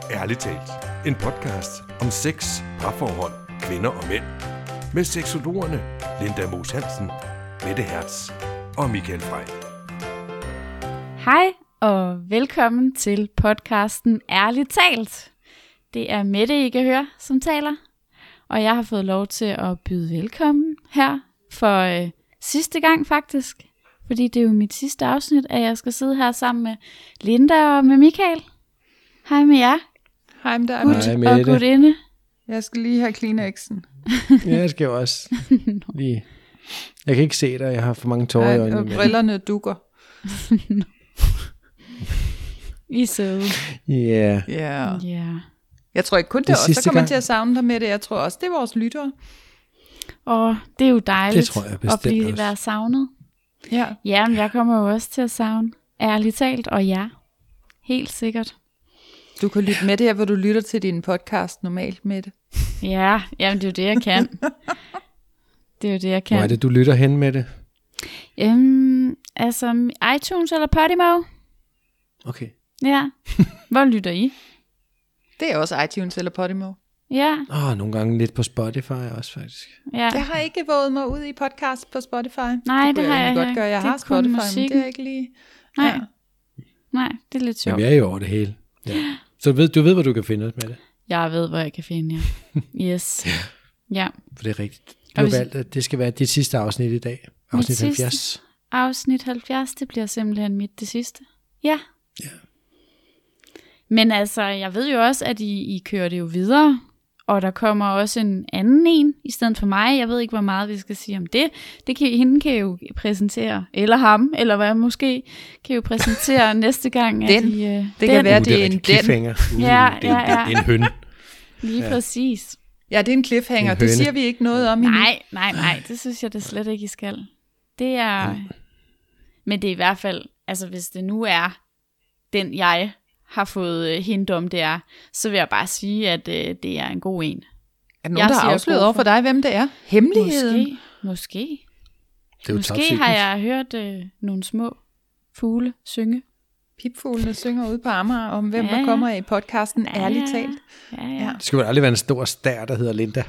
Ærligt talt. En podcast om sex, parforhold, kvinder og mænd. Med seksologerne Linda Moos Hansen, Mette Hertz og Michael Frey. Hej og velkommen til podcasten Ærligt talt. Det er Mette, I kan høre, som taler. Og jeg har fået lov til at byde velkommen her for sidste gang faktisk. Fordi det er jo mit sidste afsnit, at jeg skal sidde her sammen med Linda og med Michael. Hej med jer. Hej med dig. Hej med og gudinde. Jeg skal lige have Kleenexen. Ja, jeg skal jo også lige. Jeg kan ikke se dig, jeg har for mange tårer i øjnene. Og brillerne dukker. I er søde. Ja. Yeah. Jeg tror ikke kun det er os, der kommer til at savne dig med det. Jeg tror også, det er vores lyttere. Og det er jo dejligt det tror jeg at være savnet. Ja. Jamen, jeg kommer jo også til at savne Ærligt talt, og ja, helt sikkert. Du kan lytte med det her, hvor du lytter til din podcast normalt med det. Ja, jamen det er jo det, jeg kan. Det er jo det, jeg kan. Hvor er det, du lytter hen med det? Altså iTunes eller Podimo. Okay. Ja. Hvor lytter I? Det er også iTunes eller Podimo. Ja. Nogle gange lidt på Spotify også faktisk. Ja. Jeg har ikke våget mig ud i podcast på Spotify. Nej, det har jeg godt gøre. Jeg har Spotify, men det er ikke lige. Nej. Ja. Nej, det er lidt sjovt. Men vi er jo over det hele. Ja. Så du ved, hvor du kan finde os med det? Jeg ved, hvor jeg kan finde jer. Yes. Ja. For det er rigtigt. Du har valgt, at det skal være dit sidste afsnit i dag. Afsnit 70. Afsnit 70, det bliver simpelthen det sidste. Ja. Men altså, jeg ved jo også, at I kører det jo videre. Og der kommer også en anden en i stedet for mig. Jeg ved ikke, hvor meget vi skal sige om det. Hende kan jo præsentere, eller ham, eller hvad måske, kan jo præsentere næste gang. Det kan være, det er en cliffhanger. Det er en høn. Lige præcis. Ja, det er en cliffhanger. Det siger vi ikke noget om endnu. Nej, det synes jeg det slet ikke, I skal. Det er... Men det er i hvert fald, altså hvis det nu er den, jeg har fået hint om, det er, så vil jeg bare sige, at det er en god en. Er nogen, der har afsløret over for dig, hvem det er? Hemmeligheden? Måske. Det er måske har jeg hørt nogle små fugle synge. Pipfuglene synger ude på Amager om, hvem der kommer i podcasten Ærligt talt. Ja. Det skal jo aldrig være en stor stær, der hedder Linda.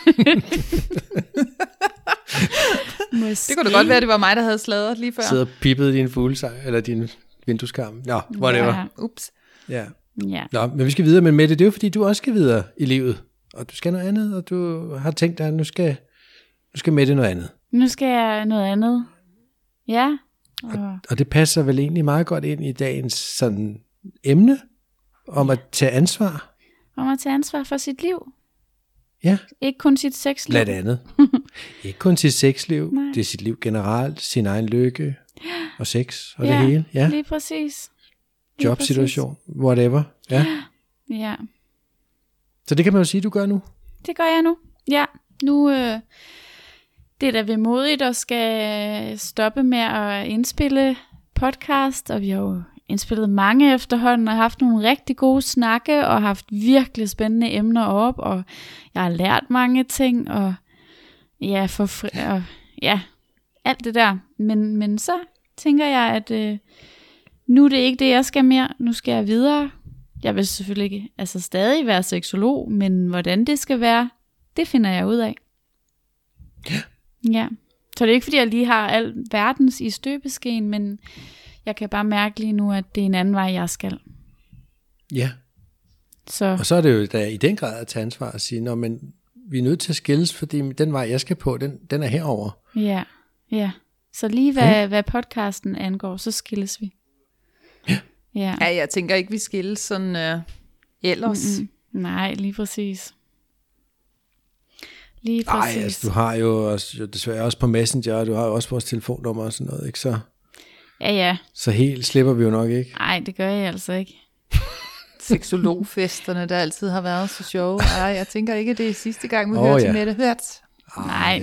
Det kunne da godt være, det var mig, der havde sladret lige før. Sidder og pippede din fuglesang, eller din vindueskarm. Nå, whatever. Ja. Ups. Ja. Ja. Nå, men vi skal videre med Mette. Det er jo fordi, du også skal videre i livet. Og du skal noget andet, og du har tænkt dig, at nu skal Mette noget andet. Nu skal jeg noget andet. Ja. Og det passer vel egentlig meget godt ind i dagens sådan emne om at tage ansvar. Om at tage ansvar for sit liv. Ja. Ikke kun sit sexliv. Blandt andet. Ikke kun sit sexliv. Nej. Det er sit liv generelt, sin egen lykke og sex og det hele. Ja, lige præcis. Jobsituation, whatever. Ja. Så det kan man jo sige, du gør nu. Det gør jeg nu. Ja, nu det er da vemodigt at skal stoppe med at indspille podcast, og vi har jo indspillet mange efterhånden og haft nogle rigtig gode snakke og haft virkelig spændende emner op, og jeg har lært mange ting og alt det der. Men så tænker jeg, at nu er det ikke det, jeg skal mere. Nu skal jeg videre. Jeg vil selvfølgelig ikke, stadig være seksolog, men hvordan det skal være, det finder jeg ud af. Ja. Så det er ikke, fordi jeg lige har al verdens i støbeskeen, men jeg kan bare mærke lige nu, at det er en anden vej, jeg skal. Ja. Så. Og så er det jo da i den grad at tage ansvar og sige, nå, men vi er nødt til at skilles, fordi den vej, jeg skal på, den er herover. Ja. Så lige hvad podcasten angår, så skilles vi. Ja, jeg tænker ikke, vi skilles sådan ellers. Nej, lige præcis. Nej, altså, du har jo også, desværre også på Messenger, og du har jo også vores telefonnummer og sådan noget, ikke? Så, ja. Så helt slipper vi jo nok ikke. Nej, det gør jeg altså ikke. Seksologfesterne, der altid har været så sjove. Jeg tænker ikke, at det er sidste gang, vi hører til Mette Hertz. Nej.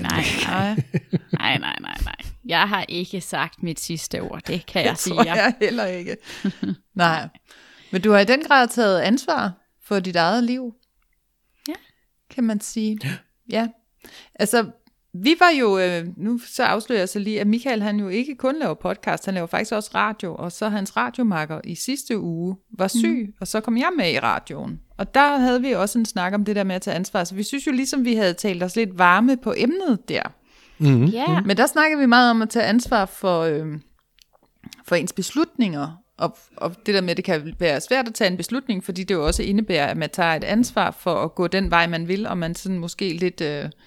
Jeg har ikke sagt mit sidste ord, det kan jeg sige. Det tror jeg heller ikke. Nej. Men du har i den grad taget ansvar for dit eget liv. Ja. Kan man sige. Ja. Altså, Vi var jo, nu så afslører jeg så lige, at Michael han jo ikke kun laver podcast, han laver faktisk også radio, og så hans radiomakker i sidste uge var syg, og så kom jeg med i radioen. Og der havde vi også en snak om det der med at tage ansvar, så vi synes jo ligesom, vi havde talt os lidt varme på emnet der. Mm-hmm. Ja. Men der snakker vi meget om at tage ansvar for ens beslutninger, og det der med, at det kan være svært at tage en beslutning, fordi det jo også indebærer, at man tager et ansvar for at gå den vej, man vil, og man sådan måske lidt...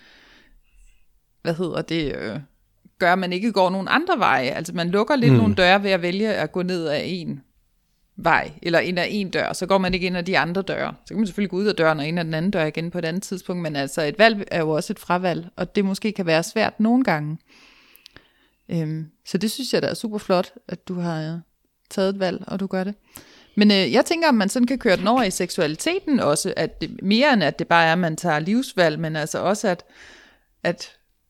gør, at man ikke går nogen andre veje. Altså man lukker lidt nogle døre ved at vælge at gå ned ad en vej, eller ind ad en dør, så går man ikke ind ad de andre døre. Så kan man selvfølgelig gå ud af døren og ind ad den anden dør igen på et andet tidspunkt, men altså et valg er jo også et fravalg, og det måske kan være svært nogle gange. Så det synes jeg da er super flot, at du har taget et valg, og du gør det. Men jeg tænker, at man sådan kan køre den over i seksualiteten også, at det, mere end at det bare er, at man tager livsvalg, men altså også at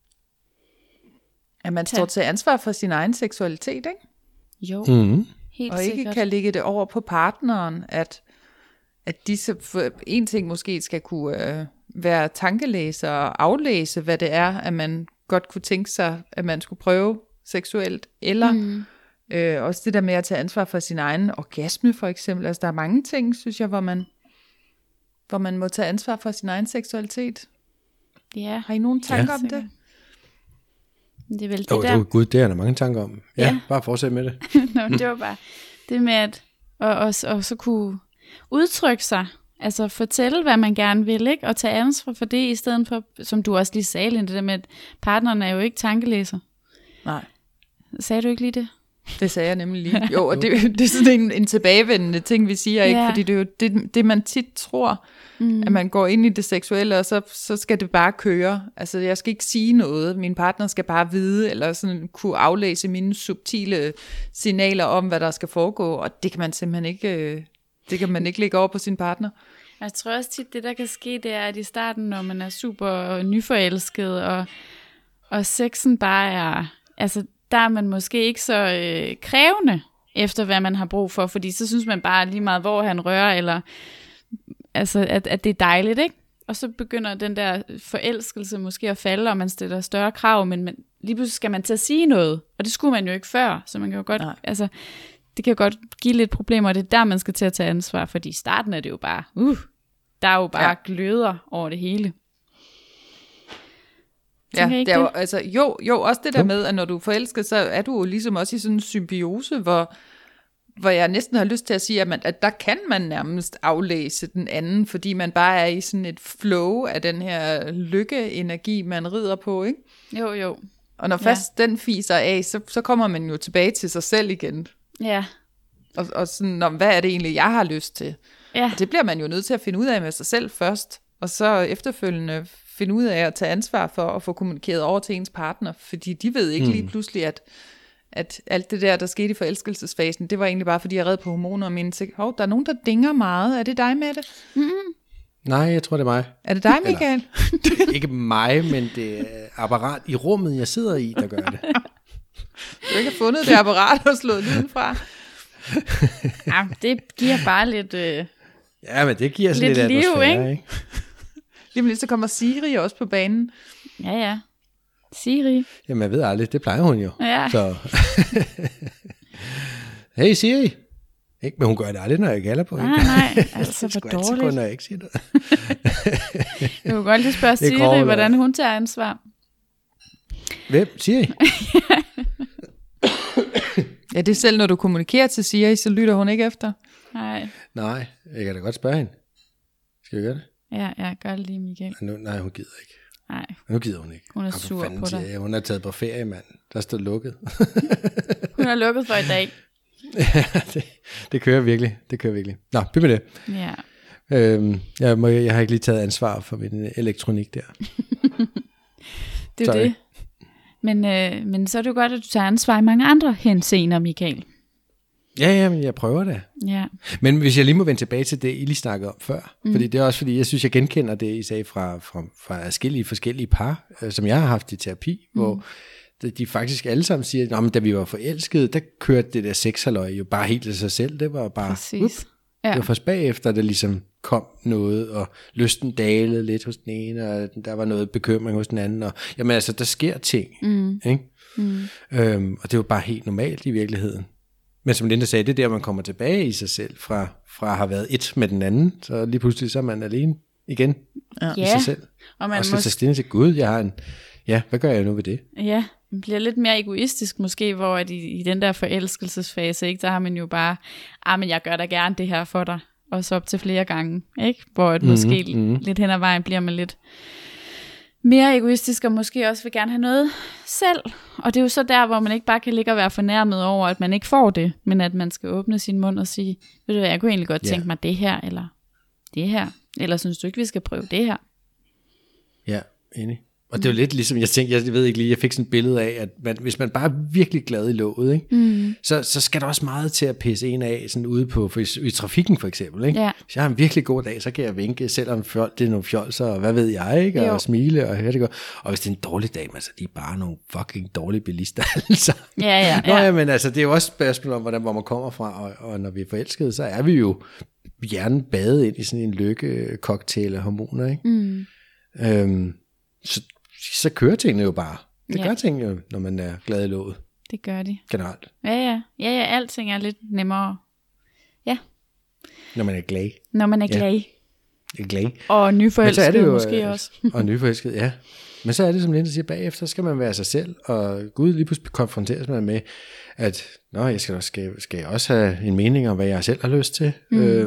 man står til ansvar for sin egen seksualitet, ikke? Jo, helt og ikke sikkert. kan lægge det over på partneren, at de så en ting måske skal kunne være tankelæser og aflæse, hvad det er, at man godt kunne tænke sig, at man skulle prøve seksuelt, eller også det der med at tage ansvar for sin egen orgasme for eksempel. Altså der er mange ting, synes jeg, hvor man må tage ansvar for sin egen seksualitet. Ja, Har I nogen tanker om det? det er vel det Jo, der. gud, det er der mange tanker om. Ja, Ja. bare fortsæt med det. Nå, det var bare det med at og så kunne udtrykke sig, altså fortælle, hvad man gerne vil, ikke? Og tage ansvar for det, i stedet for, som du også lige sagde, Linde, det der med, at partneren er jo ikke tankelæser. Nej. Sagde du ikke lige det? Det sagde jeg nemlig lige. Jo, og det er sådan en tilbagevendende ting, vi siger, ikke? Ja. Fordi det er jo det, man tit tror, at man går ind i det seksuelle, og så skal det bare køre. Altså, jeg skal ikke sige noget. Min partner skal bare vide, eller sådan kunne aflæse mine subtile signaler om, hvad der skal foregå, og det kan man simpelthen ikke, det kan man ikke lægge over på sin partner. Jeg tror også tit, det der kan ske, det er, at i starten, når man er super nyforelsket, og sexen bare er, altså der er man måske ikke så krævende efter, hvad man har brug for, fordi så synes man bare lige meget, hvor han rører, eller altså, at det er dejligt, ikke? Og så begynder den der forelskelse måske at falde, og man stiller større krav, men lige pludselig skal man til at sige noget, og det skulle man jo ikke før, så man kan jo godt, altså, det kan jo godt give lidt problemer, og det er der, man skal til at tage ansvar, fordi i starten er det jo bare, der er jo bare gløder over det hele. Ja, det er jo, altså, jo, også det der med, at når du er forelsket, så er du jo ligesom også i sådan en symbiose, hvor jeg næsten har lyst til at sige, at der kan man nærmest aflæse den anden, fordi man bare er i sådan et flow af den her lykkeenergi, man rider på, ikke? Jo. Og når først den fiser af, så kommer man jo tilbage til sig selv igen. Ja. Og sådan, hvad er det egentlig, jeg har lyst til? Ja. Og det bliver man jo nødt til at finde ud af med sig selv først, og så efterfølgende finde ud af at tage ansvar for at få kommunikeret over til ens partner, fordi de ved ikke lige pludselig, at alt det der skete i forelskelsesfasen, det var egentlig bare, fordi jeg red på hormoner, og mente, der er nogen, der dinger meget. Er det dig, Mette? Nej, jeg tror, det er mig. Er det dig, Michael? Ikke mig, men det er apparat i rummet, jeg sidder i, der gør det. Du ikke har fundet det apparat og slået lyden fra? Ja, det giver bare lidt... Ja, men det giver sådan lidt liv, atmosfære, ikke? Lige om lidt, så kommer Siri også på banen. Ja. Siri. Jamen, jeg ved aldrig, det plejer hun jo. Ja. Så. Hey Siri. Ikke, men hun gør det aldrig, når jeg kalder på hende. Nej, altså hvor dårligt. Det dårligt. når jeg ikke siger noget. Jeg kunne godt lige spørge Siri, hvordan hun tager ansvar. Hvem? Siri? Ja, det er selv, når du kommunikerer til Siri, så lytter hun ikke efter. Nej, jeg kan da godt spørge hende. Skal vi gøre det? Ja, gør det lige, Michael. Nej, hun gider ikke. Nej. Nu gider hun ikke. Hun er sur på dig. Ja, hun er taget på ferie, mand. Der står lukket. Hun er lukket for i dag. Ja, det kører virkelig. Nå, byt med det. Ja. Jeg har ikke lige taget ansvar for min elektronik der. Det er det. Men så er det jo godt, at du tager ansvar i mange andre henseender, Michael. Ja, men jeg prøver det. Ja. Men hvis jeg lige må vende tilbage til det, I lige snakkede om før, fordi det er også fordi, jeg synes, jeg genkender det, I sagde fra forskellige par, som jeg har haft i terapi, hvor de faktisk alle sammen siger, at da vi var forelskede, der kørte det der sexhalløj jo bare helt af sig selv. Det var bare, Præcis. Ja. det var først bagefter, det ligesom kom noget, og lysten dalede lidt hos den ene, og der var noget bekymring hos den anden, og jamen altså, der sker ting, ikke? Og det er jo bare helt normalt i virkeligheden. Men som Linda sagde, det er der, man kommer tilbage i sig selv, fra at have været et med den anden, så lige pludselig så er man alene igen i sig selv. Og man skal tage stilling til, Gud, jeg har hvad gør jeg nu ved det? Ja, man bliver lidt mere egoistisk måske, hvor at i den der forelskelsesfase, ikke, der har man jo bare, men jeg gør da gerne det her for dig, og så op til flere gange, ikke? Hvor at måske lidt hen ad vejen bliver man lidt mere egoistisk, og måske også vil gerne have noget selv. Og det er jo så der, hvor man ikke bare kan ligge og være fornærmet over, at man ikke får det, men at man skal åbne sin mund og sige, ved du hvad, jeg kunne egentlig godt tænke mig det her, eller det her, eller synes du ikke, vi skal prøve det her? Ja, enig. Og det er jo lidt ligesom, jeg ved ikke lige, jeg fik sådan et billede af, at hvis man bare er virkelig glad i låget, ikke, så skal der også meget til at pisse en af, sådan ude på, i trafikken for eksempel. Ikke? Ja. Hvis jeg har en virkelig god dag, så kan jeg vinke, selvom det er nogle fjolser, og hvad ved jeg, ikke? Og smile, og det går. Og hvis det er en dårlig dag, så er de bare nogle fucking dårlige bilister, altså. Ja. Men altså, det er jo også et spørgsmål om, hvor man kommer fra, og når vi er forelskede, så er vi jo hjernen badet ind i sådan en lykkecocktail af hormoner, ikke? Så kører tingene jo bare. Det gør tingene jo, når man er glad i låget. Det gør de. Generelt. Ja, alting er lidt nemmere. Ja. Når man er glad. Glad. Og nyforelsket måske også. Og nyforelsket, ja. Men så er det, som Linda siger, bagefter skal man være sig selv, og Gud lige pludselig konfronteres man med, at jeg skal jeg også have en mening om, hvad jeg selv har lyst til.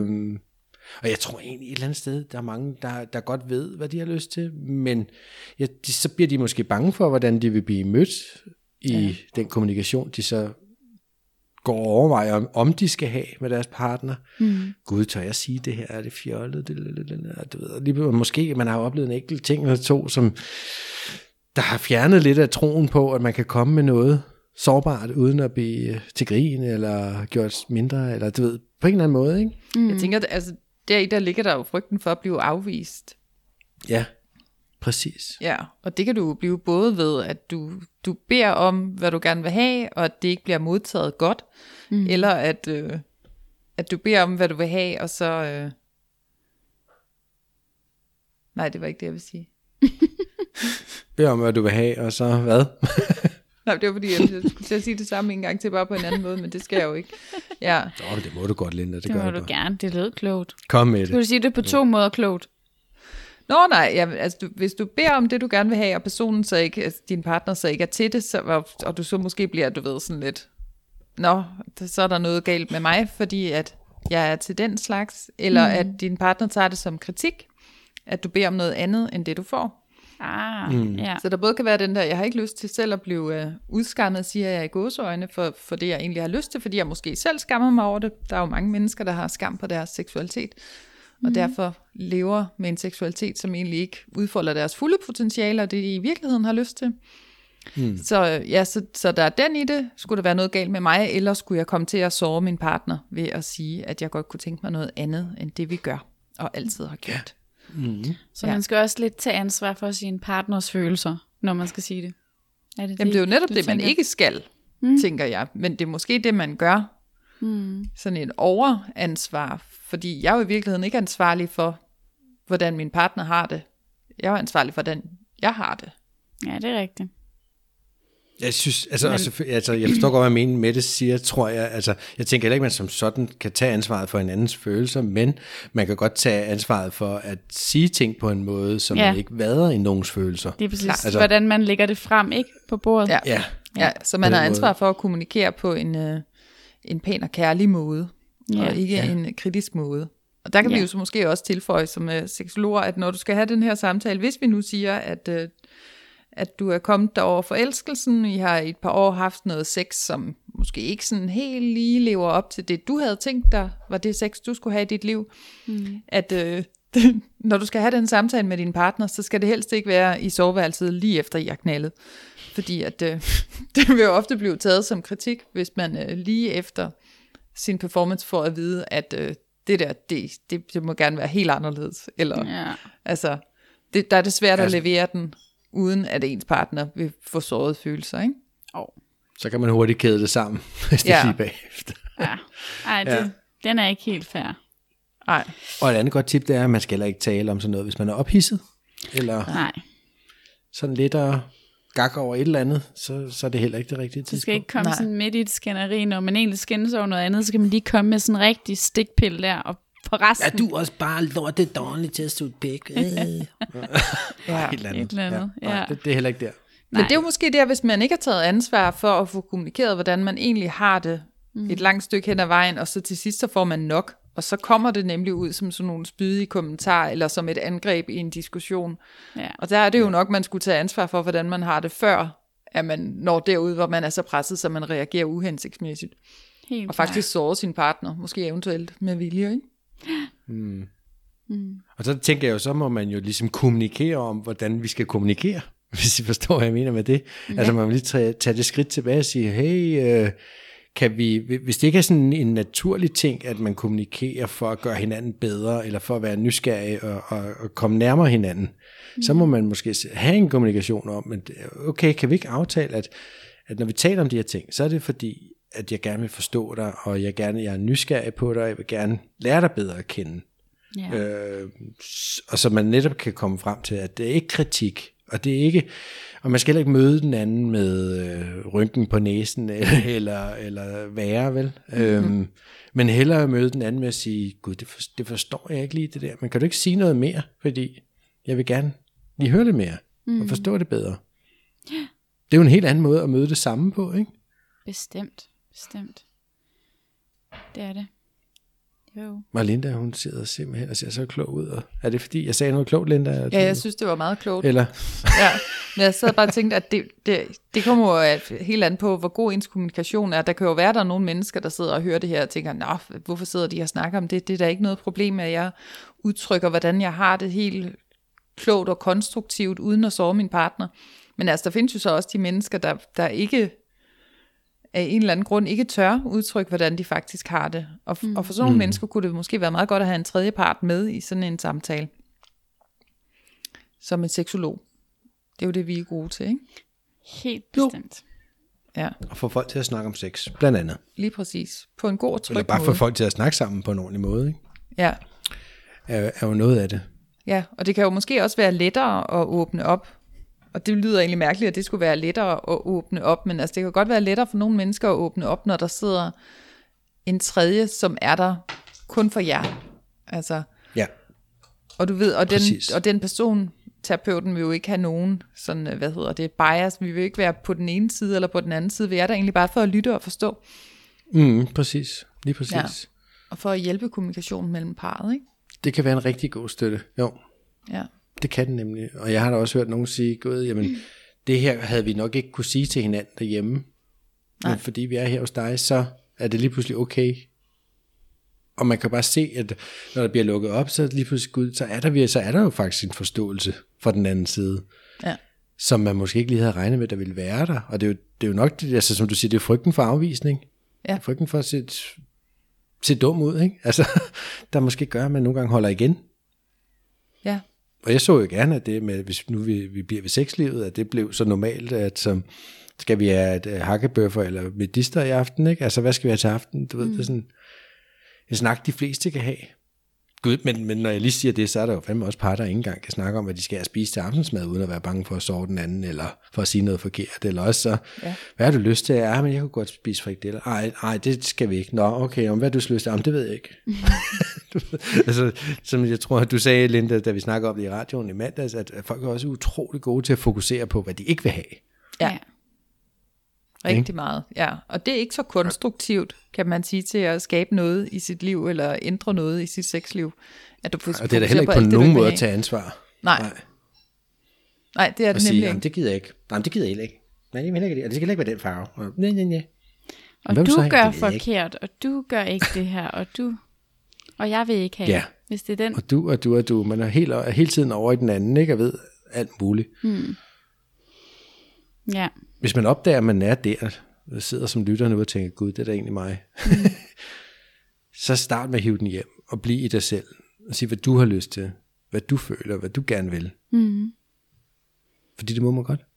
Og jeg tror egentlig et eller andet sted, der er mange, der godt ved, hvad de har lyst til, men så bliver de måske bange for, hvordan de vil blive mødt i den kommunikation, de så går og overvejer, om de skal have med deres partner. Gud, tør jeg sige det her? Er det fjollet? Du ved, lige måske man har oplevet en enkelt ting eller to, som der har fjernet lidt af troen på, at man kan komme med noget sårbart, uden at blive til grin, eller gjort mindre, eller du ved, på en eller anden måde, ikke? Jeg tænker, altså der ligger der jo frygten for at blive afvist. Ja, præcis. Ja, og det kan du blive både ved, at du beder om, hvad du gerne vil have, og at det ikke bliver modtaget godt, eller at du beder om, hvad du vil have, og så... Nej, det var ikke det, jeg vil sige. Beder om, hvad du vil have, og så hvad? Nej, det var fordi, jeg skulle til at sige det samme en gang til, bare på en anden måde, men det skal jeg jo ikke. Ja. Det må du godt, Linda. Det må du gerne, det lød klogt. Kom med det. Skulle du sige det på 2 måder klogt? Nej, altså, hvis du beder om det, du gerne vil have, og personen så ikke, altså, din partner så ikke er til det, og du så måske bliver, du ved, sådan lidt, så er der noget galt med mig, fordi at jeg er til den slags, eller at din partner tager det som kritik, at du beder om noget andet, end det du får. Ja. Så der både kan være den der, jeg har ikke lyst til selv at blive udskammet, siger jeg i gåseøjne, for det jeg egentlig har lyst til, fordi jeg måske selv skammer mig over det. Der er jo mange mennesker, der har skam på deres seksualitet, og derfor lever med en seksualitet, som egentlig ikke udfolder deres fulde potentiale, og det de i virkeligheden har lyst til. Så der er den i det. Skulle der være noget galt med mig, eller skulle jeg komme til at såre min partner ved at sige, at jeg godt kunne tænke mig noget andet, end det vi gør, og altid har gjort. Så man skal også lidt tage ansvar for sin partners følelser, når man skal sige det. Jamen det er jo netop det, man ikke skal, tænker jeg. Men det er måske det, man gør. Sådan et overansvar. Fordi jeg er jo i virkeligheden ikke ansvarlig for, hvordan min partner har det. Jeg er jo ansvarlig for, hvordan jeg har det. Ja, det er rigtigt. Jeg synes, jeg forstår godt, hvad jeg mener med det, siger, tror jeg. Altså, jeg tænker heller ikke, at man som sådan kan tage ansvaret for en andens følelser, men man kan godt tage ansvaret for at sige ting på en måde, som man ikke vader i nogens følelser. Det er præcis, altså, hvordan man lægger det frem, ikke, på bordet. Ja, så man har ansvar for at kommunikere på en pæn og kærlig måde, og ikke en kritisk måde. Og der kan vi jo så måske også tilføje som seksologer, at når du skal have den her samtale, hvis vi nu siger, at du er kommet der over forelskelsen, I har i et par år haft noget sex, som måske ikke sådan helt lige lever op til det, du havde tænkt dig, var det sex, du skulle have i dit liv, at når du skal have den samtale med din partner, så skal det helst ikke være i soveværelset lige efter I har knaldet, fordi at det vil jo ofte blive taget som kritik, hvis man lige efter sin performance får at vide, at det der, det må gerne være helt anderledes, eller altså, der er det svært at levere den, uden at ens partner vil få såret følelser, ikke? Så kan man hurtigt kæde det sammen, hvis det lige bagefter. Den er ikke helt fair. Nej. Og et andet godt tip, det er, at man skal heller ikke tale om sådan noget, hvis man er ophidset, eller Nej, sådan lidt at gakke over et eller andet, så er det heller ikke det rigtige tidspunkt. det skal ikke komme Nej. sådan midt i et skænderi, når man egentlig skændes over noget andet, så kan man lige komme med sådan en rigtig stikpille der, og på resten. Ja, du er også bare lortet dårlig til at suge pik. Ja. Et eller andet. Et eller andet, ja. Nej, det er heller ikke der. Men det er jo måske der, hvis man ikke har taget ansvar for at få kommunikeret, hvordan man egentlig har det et langt stykke hen ad vejen, og så til sidst så får man nok, og så kommer det nemlig ud som sådan nogle spydige kommentarer, eller som et angreb i en diskussion. Ja. Og der er det jo nok, man skulle tage ansvar for, hvordan man har det før, at man når derud, hvor man er så presset, så man reagerer uhensigtsmæssigt. Helt Og faktisk sårer sin partner, måske eventuelt med vilje, ikke? Og så tænker jeg jo, så må man jo ligesom kommunikere om, hvordan vi skal kommunikere, hvis I forstår, hvad jeg mener med det. Ja. Altså man må lige tage det skridt tilbage og sige, hey, kan vi, hvis det ikke er sådan en naturlig ting, at man kommunikerer for at gøre hinanden bedre, eller for at være nysgerrig og komme nærmere hinanden, så må man måske have en kommunikation om, at okay, kan vi ikke aftale, at når vi taler om de her ting, så er det fordi, at jeg gerne vil forstå dig, og jeg er nysgerrig på dig, og jeg vil gerne lære dig bedre at kende. Ja. Og så man netop kan komme frem til, at det er ikke kritik, og det er ikke, og man skal heller ikke møde den anden med rynken på næsen, eller værre, vel? Men hellere møde den anden med at sige, gud, det forstår jeg ikke lige det der, men kan du ikke sige noget mere, fordi jeg vil gerne lige høre det mere, og forstå det bedre. Det er jo en helt anden måde at møde det samme på, ikke? Bestemt. Det er det. Jo. Marlinda, hun sidder simpelthen og ser så klog ud. Og er det fordi, jeg sagde noget klogt, Linda? Ja, jeg synes, det var meget klogt. Eller? Ja, men jeg sad bare og tænkte, at det kommer jo helt an på, hvor god ens kommunikation er. Der kan jo være, der er nogle mennesker, der sidder og hører det her og tænker, nå, hvorfor sidder de og snakker om det? Det er da ikke noget problem, at jeg udtrykker, hvordan jeg har det helt klogt og konstruktivt, uden at såre min partner. Men altså, der findes jo så også de mennesker, der ikke af en eller anden grund ikke tør udtrykke, hvordan de faktisk har det. Og for sådan nogle mennesker kunne det måske være meget godt at have en tredje part med i sådan en samtale. Som en seksolog. Det er jo det, vi er gode til, ikke? Helt bestemt. Ja, Og få folk til at snakke om sex, blandt andet. lige præcis. På en god og tryg Eller bare måde. få folk til at snakke sammen på en ordentlig måde, ikke? Ja. Er jo noget af det. Ja, og det kan jo måske også være lettere at åbne op. Og det lyder egentlig mærkeligt, at det skulle være lettere at åbne op, men altså det kan godt være lettere for nogle mennesker at åbne op, når der sidder en tredje, som er der kun for jer. Altså, Ja. og du ved, Præcis. og den person, terapeuten, vil jo ikke have nogen sådan, bias. Vi vil ikke være på den ene side eller på den anden side. Vi er der egentlig bare for at lytte og forstå. Præcis. Lige præcis. Ja. Og for at hjælpe kommunikationen mellem parret, ikke? Det kan være en rigtig god støtte. Jo, Ja. det kan den nemlig. Og jeg har da også hørt nogen sige, gud, jamen, det her havde vi nok ikke kunne sige til hinanden derhjemme. Men fordi vi er her hos dig, så er det lige pludselig okay. Og man kan bare se, at når der bliver lukket op, så lige pludselig, gud, så er der jo faktisk en forståelse fra den anden side. Ja. Som man måske ikke lige havde regnet med, der ville være der. Og det er jo nok, altså, som du siger, det er frygten for afvisning. Ja. Frygten for at se dum ud, ikke? Altså, der måske gør, at man nogle gange holder igen. Ja. Og jeg så jo gerne, at det med, hvis nu vi bliver ved sexlivet, at det blev så normalt, at som, skal vi have et hakkebøffer eller medister i aften, ikke? Altså, hvad skal vi have til aften? Du ved, det er sådan en snak, de fleste kan have. Gud, men når jeg lige siger det, så er der jo fandme også par, der ikke engang kan snakke om, hvad de skal have spise til aftensmad, uden at være bange for at sove den anden, eller for at sige noget forkert, eller også så, hvad har du lyst til? Ja, men jeg kunne godt spise frikadeller. Ej, det skal vi ikke. Nå, okay, hvad har du lyst til? Jamen, det ved jeg ikke. Altså, som jeg tror, at du sagde, Linda, da vi snakkede om det i radioen i mandags, at folk er også utrolig gode til at fokusere på, hvad de ikke vil have. Ja. Rigtig meget, ja. Og det er ikke så konstruktivt, kan man sige, til at skabe noget i sit liv, eller ændre noget i sit sexliv. At du Og det er da heller ikke på nogen måde at tage ansvar. Nej, det er det sige, nemlig ikke. Det gider jeg ikke. Nej, det gider jeg ikke. Nej, jeg mener ikke det. Og det skal ikke være den farve. Nej. Og hvem du så? gør Det ved jeg ikke. forkert, og du gør ikke det her, og jeg vil ikke have, Ja. hvis det er den. Og du. Man er hele tiden over i den anden, ikke? Og ved alt muligt. Ja, Hvis man opdager, at man er der sidder som lytter nu og tænker, gud, det er da egentlig mig. Så start med at hive den hjem, og blive i dig selv. Og sige, hvad du har lyst til. Hvad du føler, hvad du gerne vil. Fordi det må man godt.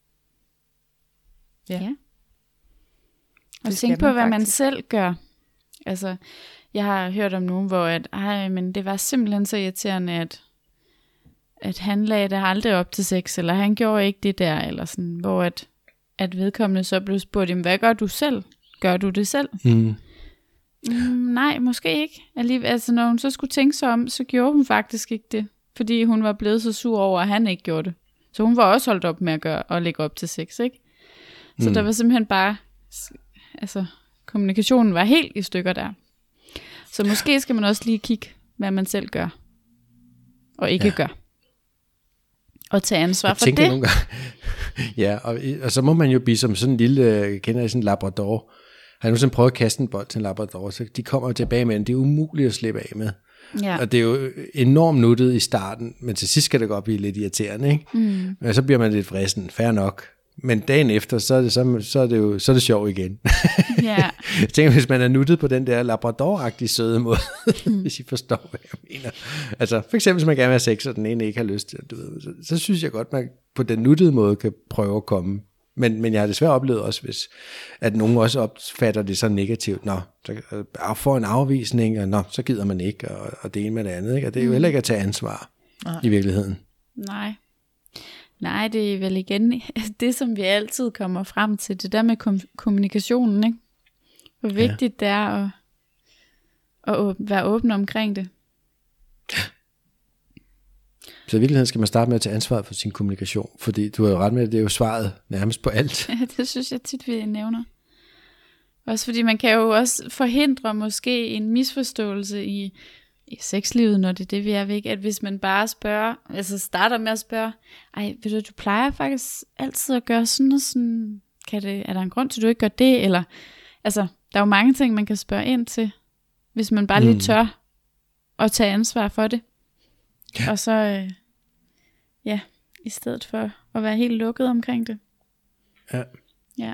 ja. Og Det skal tænk på, man hvad man faktisk. selv gør. Altså, Jeg har hørt om nogen, hvor men det var simpelthen så irriterende, at han lagde det aldrig op til sex, eller han gjorde ikke det der, eller sådan, hvor at vedkommende så blev spurgt, hvad gør du selv? Gør du det selv? Nej, måske ikke. Altså, når hun så skulle tænke sig om, så gjorde hun faktisk ikke det, fordi hun var blevet så sur over, at han ikke gjorde det. Så hun var også holdt op med at lægge op til sex, ikke? Så der var simpelthen bare, altså, kommunikationen var helt i stykker der. Så måske skal man også lige kigge, hvad man selv gør, og ikke gør. Og tage ansvar for det. Nogle gange, ja, og så må man jo blive som sådan en lille, kender jeg sådan en labrador. Har jeg nogensinde prøvet at kaste en bold til en labrador, så de kommer jo tilbage med den. Det er umuligt at slippe af med. Ja. Og det er jo enormt nuttet i starten, men til sidst skal det godt blive lidt irriterende, ikke? Men så bliver man lidt vrissen, fair nok. Men dagen efter, så er det sjov igen. Yeah. Jeg tænker, hvis man er nuttet på den der labrador-agtige søde måde, hvis I forstår, hvad jeg mener. Altså, for eksempel, hvis man gerne vil have sex, og den ene ikke har lyst til, du ved, så synes jeg godt, man på den nuttede måde kan prøve at komme. Men jeg har desværre oplevet også, at nogen også opfatter det så negativt. Nå, så får en afvisning, og så gider man ikke, og det ene med det andet. Ikke? Og det er jo heller ikke at tage ansvar i virkeligheden. Nej, det er vel igen det, som vi altid kommer frem til. Det der med kommunikationen, ikke? Hvor vigtigt det er at være åben omkring det. Så i virkeligheden skal man starte med at tage ansvar for sin kommunikation, fordi du har jo ret med, at det er jo svaret nærmest på alt. Ja, det synes jeg tit, vi nævner. Også fordi man kan jo også forhindre måske en misforståelse i sexlivet, når det er det, vi er væk, at hvis man bare spørger, altså starter med at spørge, ved du plejer faktisk altid at gøre sådan og sådan, er der en grund til, at du ikke gør det, eller, altså, der er jo mange ting, man kan spørge ind til, hvis man bare lige tør at tage ansvar for det. Ja. Og så, i stedet for at være helt lukket omkring det. Ja.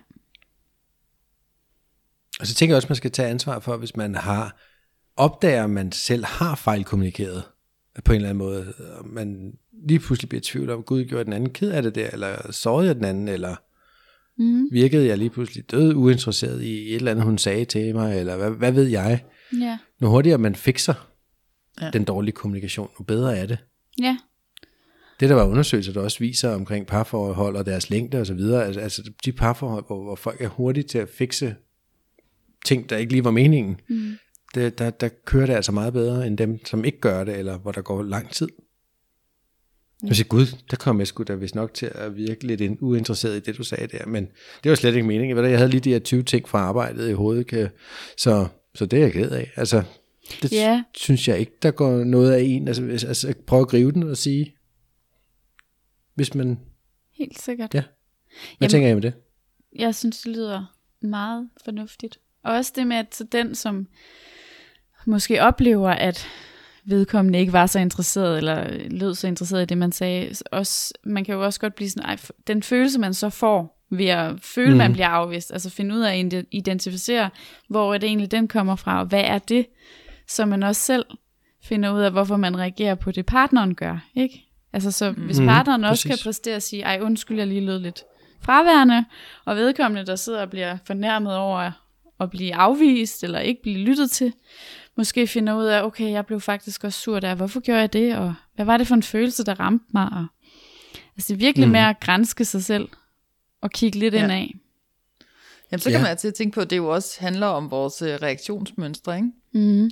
Og så tænker jeg også, at man skal tage ansvar for, hvis man opdager, at man selv har fejlkommunikeret på en eller anden måde, og man lige pludselig bliver i tvivl om, Gud, gjorde den anden ked af det der, eller sårede jeg den anden, eller virkede jeg lige pludselig død uinteresseret i et eller andet, hun sagde til mig, eller hvad ved jeg. Ja. Nu hurtigere man fikser den dårlige kommunikation, nu bedre er det. Ja. Det der var undersøgelser, der også viser omkring parforhold og deres længde og så videre, altså de parforhold, hvor folk er hurtige til at fikse ting, der ikke lige var meningen, der kører det altså meget bedre, end dem, som ikke gør det, eller hvor der går lang tid. Jeg siger, Gud, der kom jeg sgu da vist nok til at virke lidt uinteresseret i det, du sagde der, men det var slet ikke meningen. Jeg havde lige de her 20 ting fra arbejdet i hovedet, så det er jeg ked af. Altså, det synes jeg ikke, der går noget af en. Altså prøv at gribe den og sige, hvis man... Helt sikkert. Ja. Hvad tænker I om det? Jeg synes, det lyder meget fornuftigt. Og også det med, at så den, som måske oplever, at vedkommende ikke var så interesseret, eller lød så interesseret i det, man sagde, også, man kan jo også godt blive sådan, den følelse, man så får, ved at føle, man bliver afvist, altså finde ud af at identificere, hvor er det egentlig, den kommer fra, og hvad er det, så man også selv finder ud af, hvorfor man reagerer på det, partneren gør, ikke? Altså så hvis partneren også kan præstere og sige, undskyld, jeg lige lød lidt fraværende, og vedkommende, der sidder og bliver fornærmet over at blive afvist, eller ikke blive lyttet til, måske finder ud af, okay, jeg blev faktisk også sur der, hvorfor gjorde jeg det, og hvad var det for en følelse, der ramte mig, og altså det er virkelig med at granske sig selv, og kigge lidt indad. Jamen så kan man altid tænke på, at det jo også handler om vores reaktionsmønstre, ikke?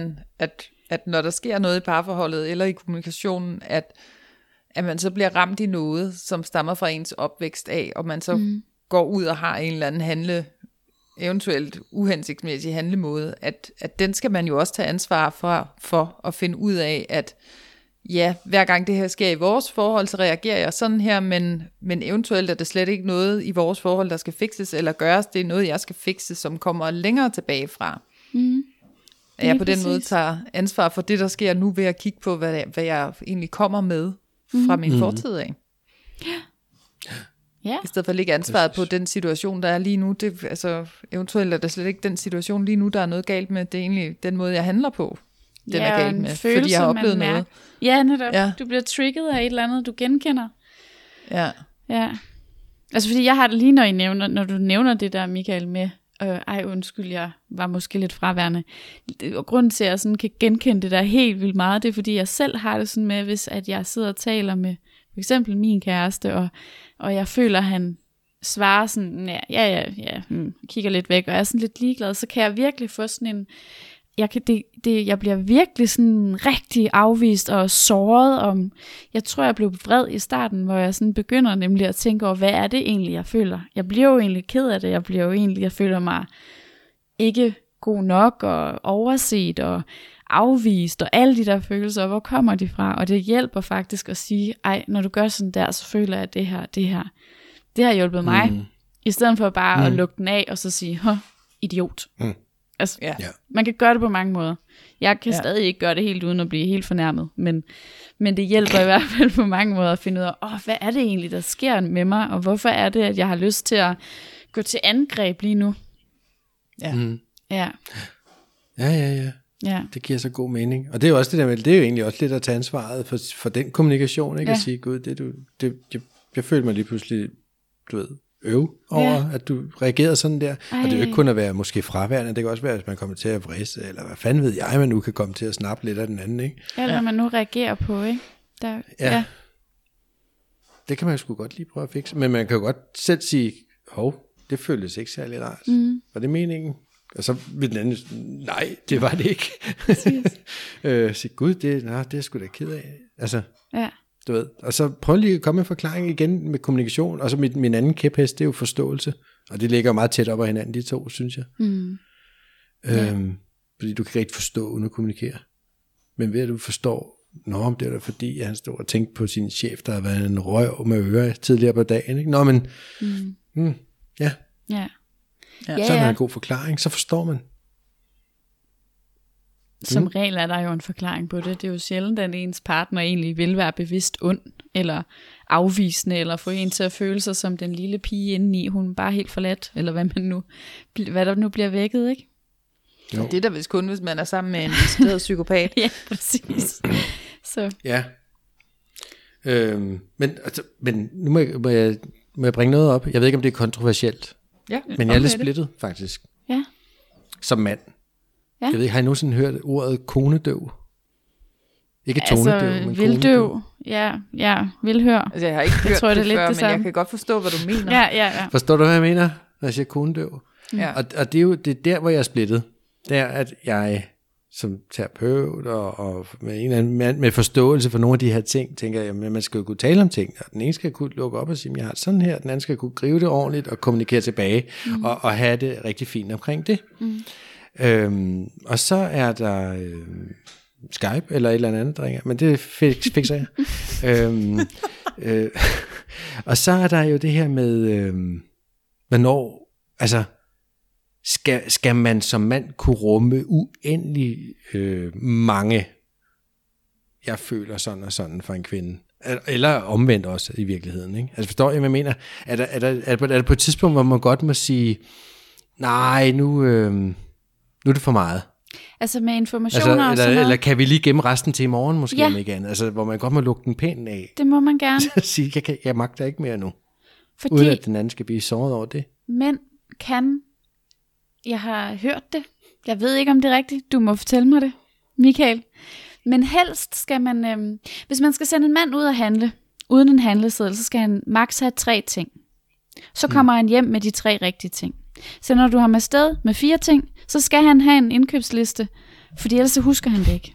At når der sker noget i parforholdet, eller i kommunikationen, at man så bliver ramt i noget, som stammer fra ens opvækst af, og man så går ud og har en eller anden eventuelt uhensigtsmæssig handlemåde, at den skal man jo også tage ansvar for at finde ud af, at hver gang det her sker i vores forhold, så reagerer jeg sådan her, men eventuelt er det slet ikke noget i vores forhold, der skal fikses eller gøres. Det er noget, jeg skal fikse, som kommer længere tilbage fra. At jeg på den måde tager ansvar for det, der sker nu, ved at kigge på, hvad jeg egentlig kommer med fra min fortid af. Ja. I stedet for at lægge ansvaret på den situation, der er lige nu. Eventuelt er det slet ikke den situation lige nu, der er noget galt med. Det er egentlig den måde, jeg handler på. Den er galt med, følelse, fordi jeg har oplevet noget. Ja, netop. Ja. Du bliver trigget af et eller andet, du genkender. Ja. Altså fordi jeg har det lige, når du nævner det der, Michael, med Undskyld, jeg var måske lidt fraværende. Og grunden til, at jeg sådan kan genkende det der helt vildt meget, det er, fordi jeg selv har det sådan med, hvis at jeg sidder og taler med for eksempel min kæreste, og jeg føler, at han svarer sådan, kigger lidt væk, og er sådan lidt ligeglad, så kan jeg virkelig få sådan en, jeg bliver virkelig sådan rigtig afvist og såret. Jeg tror, jeg blev vred i starten, hvor jeg sådan begynder nemlig at tænke over, hvad er det egentlig, jeg føler? Jeg bliver jo egentlig ked af det. Jeg føler mig ikke god nok og overset og afvist og alle de der følelser, hvor kommer de fra? Og det hjælper faktisk at sige, når du gør sådan der, så føler jeg, at det har hjulpet mig. I stedet for bare at lukke den af og så sige, idiot. Altså, man kan gøre det på mange måder. Jeg kan stadig ikke gøre det helt uden at blive helt fornærmet, men det hjælper i hvert fald på mange måder at finde ud af, hvad er det egentlig, der sker med mig, og hvorfor er det, at jeg har lyst til at gå til angreb lige nu? Ja. Det giver så god mening. Og det er jo også det der med, det er jo egentlig også lidt at tage ansvaret for den kommunikation, ikke? At sige, gud, jeg føler mig lige pludselig, du ved, over, at du reagerede sådan der. Og det er jo ikke kun at være måske fraværende, det kan også være, hvis man kommer til at vrisse, eller hvad fanden ved jeg, man nu kan komme til at snappe lidt af den anden, ikke? Eller man nu reagerer på, ikke? Det kan man jo sgu godt lige prøve at fikse, men man kan jo godt selv sige, det føltes ikke særlig rart. Var det meningen? Og så vil den anden, nej, det var det ikke. Sige, gud, det er jeg sgu da ked af. Altså, du ved. Og så prøv lige at komme med en forklaring igen med kommunikation. Og så min anden kæphest, det er jo forståelse. Og det ligger meget tæt op ad hinanden, de to, synes jeg. Fordi du kan ikke forstå uden at kommunikere. Men ved at du forstår, det er da fordi, at han stod og tænkte på sin chef, der har været en røv med ører tidligere på dagen. Ikke? Så er der en god forklaring, så forstår man. Som regel er der jo en forklaring på det. Det er jo sjældent, at ens partner egentlig vil være bevidst ond, eller afvisende, eller få en til at føle sig som den lille pige indeni, hun er bare helt forladt, eller hvad der nu bliver vækket, ikke? Jo. Det er da vist kun, hvis man er sammen med en decideret psykopat. Ja, præcis. Så. Ja. Men nu må jeg bringe noget op. Jeg ved ikke, om det er kontroversielt. Ja, men jeg er lidt splittet, faktisk. Ja. Som mand. Ja. Jeg ved ikke, har I nogensinde hørt ordet konedøv? Ikke tonedøv, men vildøv. Ja, vildhør. Altså, jeg har ikke hørt tror, det før, men jeg kan godt forstå, hvad du mener. Ja. Forstår du, hvad jeg mener, når jeg siger konedøv? Ja. Og det er jo der, hvor jeg er splittet. Det er, at jeg som terapeut og med en eller anden med forståelse for nogle af de her ting, tænker jeg, at man skal jo kunne tale om ting, og den ene skal kunne lukke op og sige, jeg har sådan her, den anden skal kunne gribe det ordentligt og kommunikere tilbage, og have det rigtig fint omkring det. Og så er der Skype eller et eller andet, der ringer, men det fikser jeg. Og så er der jo det her med, hvornår, altså, skal man som mand kunne rumme uendelig mange, jeg føler sådan og sådan for en kvinde. Eller omvendt også i virkeligheden. Ikke? Altså forstår jeg, hvad jeg mener? Er der på et tidspunkt, hvor man godt må sige, nej, nu er det for meget. Altså med informationer og sådan noget. Eller kan vi lige gemme resten til i morgen måske, om ikke andet? Altså hvor man godt må lukke den pænt af. Det må man gerne. Sige, jeg magter ikke mere nu. Fordi uden at den anden skal blive såret over det. Mænd kan, jeg har hørt det, jeg ved ikke om det er rigtigt, du må fortælle mig det, Michael. Men helst skal man, hvis man skal sende en mand ud at handle, uden en handleseddel, så skal han maks have 3 ting. Så kommer han hjem med de 3 rigtige ting. Så når du har med sted med 4 ting, så skal han have en indkøbsliste, fordi ellers så husker han det ikke.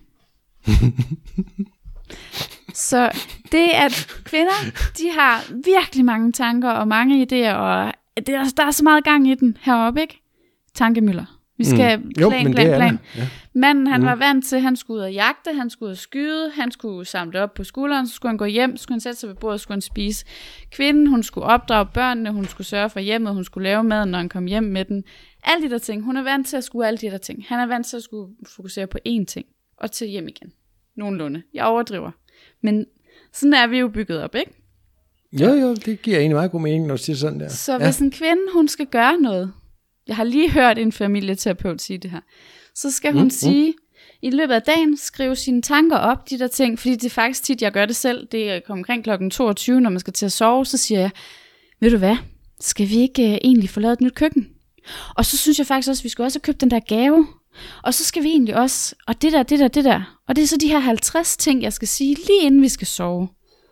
Så det at kvinder, de har virkelig mange tanker og mange idéer, og der er så meget gang i den heroppe, ikke? Tankemøller. Vi skal plan. Ja. Manden, han var vant til, han skulle ud og jagte, han skulle ud og skyde, han skulle samle op på skulderen, så skulle han gå hjem, så skulle han sætte sig ved bordet, så skulle han spise. Kvinden, hun skulle opdrage børnene, hun skulle sørge for hjemmet, hun skulle lave maden, når han kom hjem med den. Alle de der ting. Hun er vant til at skulle alle de der ting. Han er vant til at skulle fokusere på én ting, og til hjem igen. Nogenlunde. Jeg overdriver. Men sådan er vi jo bygget op, ikke? Jo, det giver egentlig meget god mening, når du siger sådan der. Så hvis en kvinde, hun skal gøre noget, jeg har lige hørt en familieterapeut sige det her, så skal hun sige, i løbet af dagen, skrive sine tanker op, de der ting, fordi det er faktisk tit, jeg gør det selv, det er omkring klokken 22, når man skal til at sove, så siger jeg, ved du hvad, skal vi ikke egentlig få lavet et nyt køkken? Og så synes jeg faktisk også, at vi skulle også have købt den der gave. Og så skal vi egentlig også, og det der. Og det er så de her 50 ting, jeg skal sige, lige inden vi skal sove.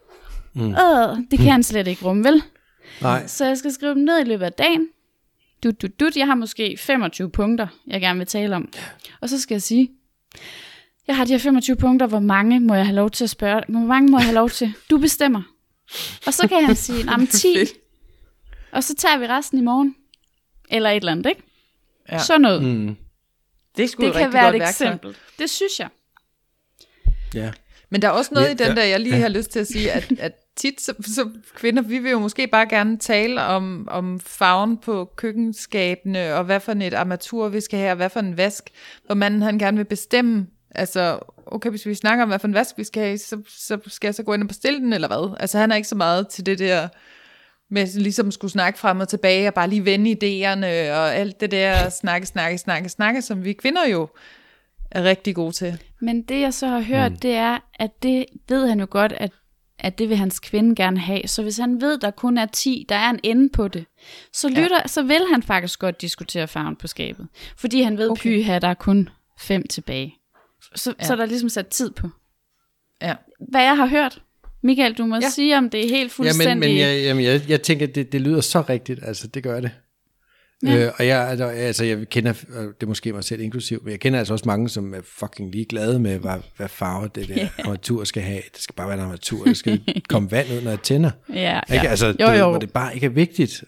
Det kan han slet ikke rumme, vel? Nej. Så jeg skal skrive dem ned i løbet af dagen. Jeg har måske 25 punkter, jeg gerne vil tale om. Og så skal jeg sige, jeg har de her 25 punkter, hvor mange må jeg have lov til at spørge? Hvor mange må jeg have lov til? Du bestemmer. Og så kan han sige, 10. Og så tager vi resten i morgen. Eller et eller andet, ikke? Ja. Sådan noget. Det kan være et eksempel. Det synes jeg. Ja. Men der er også noget i den der, jeg lige har lyst til at sige, at tit så kvinder, vi vil jo måske bare gerne tale om farven på køkkenskabene, og hvad for et armatur vi skal have, og hvad for en vask, hvor manden han gerne vil bestemme. Altså, okay, hvis vi snakker om, hvad for en vask vi skal have, så skal jeg så gå ind og bestille den, eller hvad? Altså, han er ikke så meget til det der med ligesom skulle snakke frem og tilbage, og bare lige vende idéerne, og alt det der snakke, som vi kvinder jo er rigtig gode til. Men det jeg så har hørt, det er, at det ved han jo godt, at det vil hans kvinde gerne have. Så hvis han ved, der kun er 10, der er en ende på det, så vil han faktisk godt diskutere farven på skabet. Fordi han ved, pyha, der er kun 5 tilbage. Så er der ligesom sat tid på. Ja. Hvad jeg har hørt. Michael, du må sige, om det er helt fuldstændig... Jeg tænker, det lyder så rigtigt. Altså, det gør det. Ja. Og jeg kender, det er måske mig selv inklusiv, men jeg kender altså også mange, som er fucking ligeglade med, hvad farve det der armatur skal have. Det skal bare være en armatur, der skal komme vand ud, når jeg tænder. Ja. Ikke? Altså, hvor det bare ikke er vigtigt.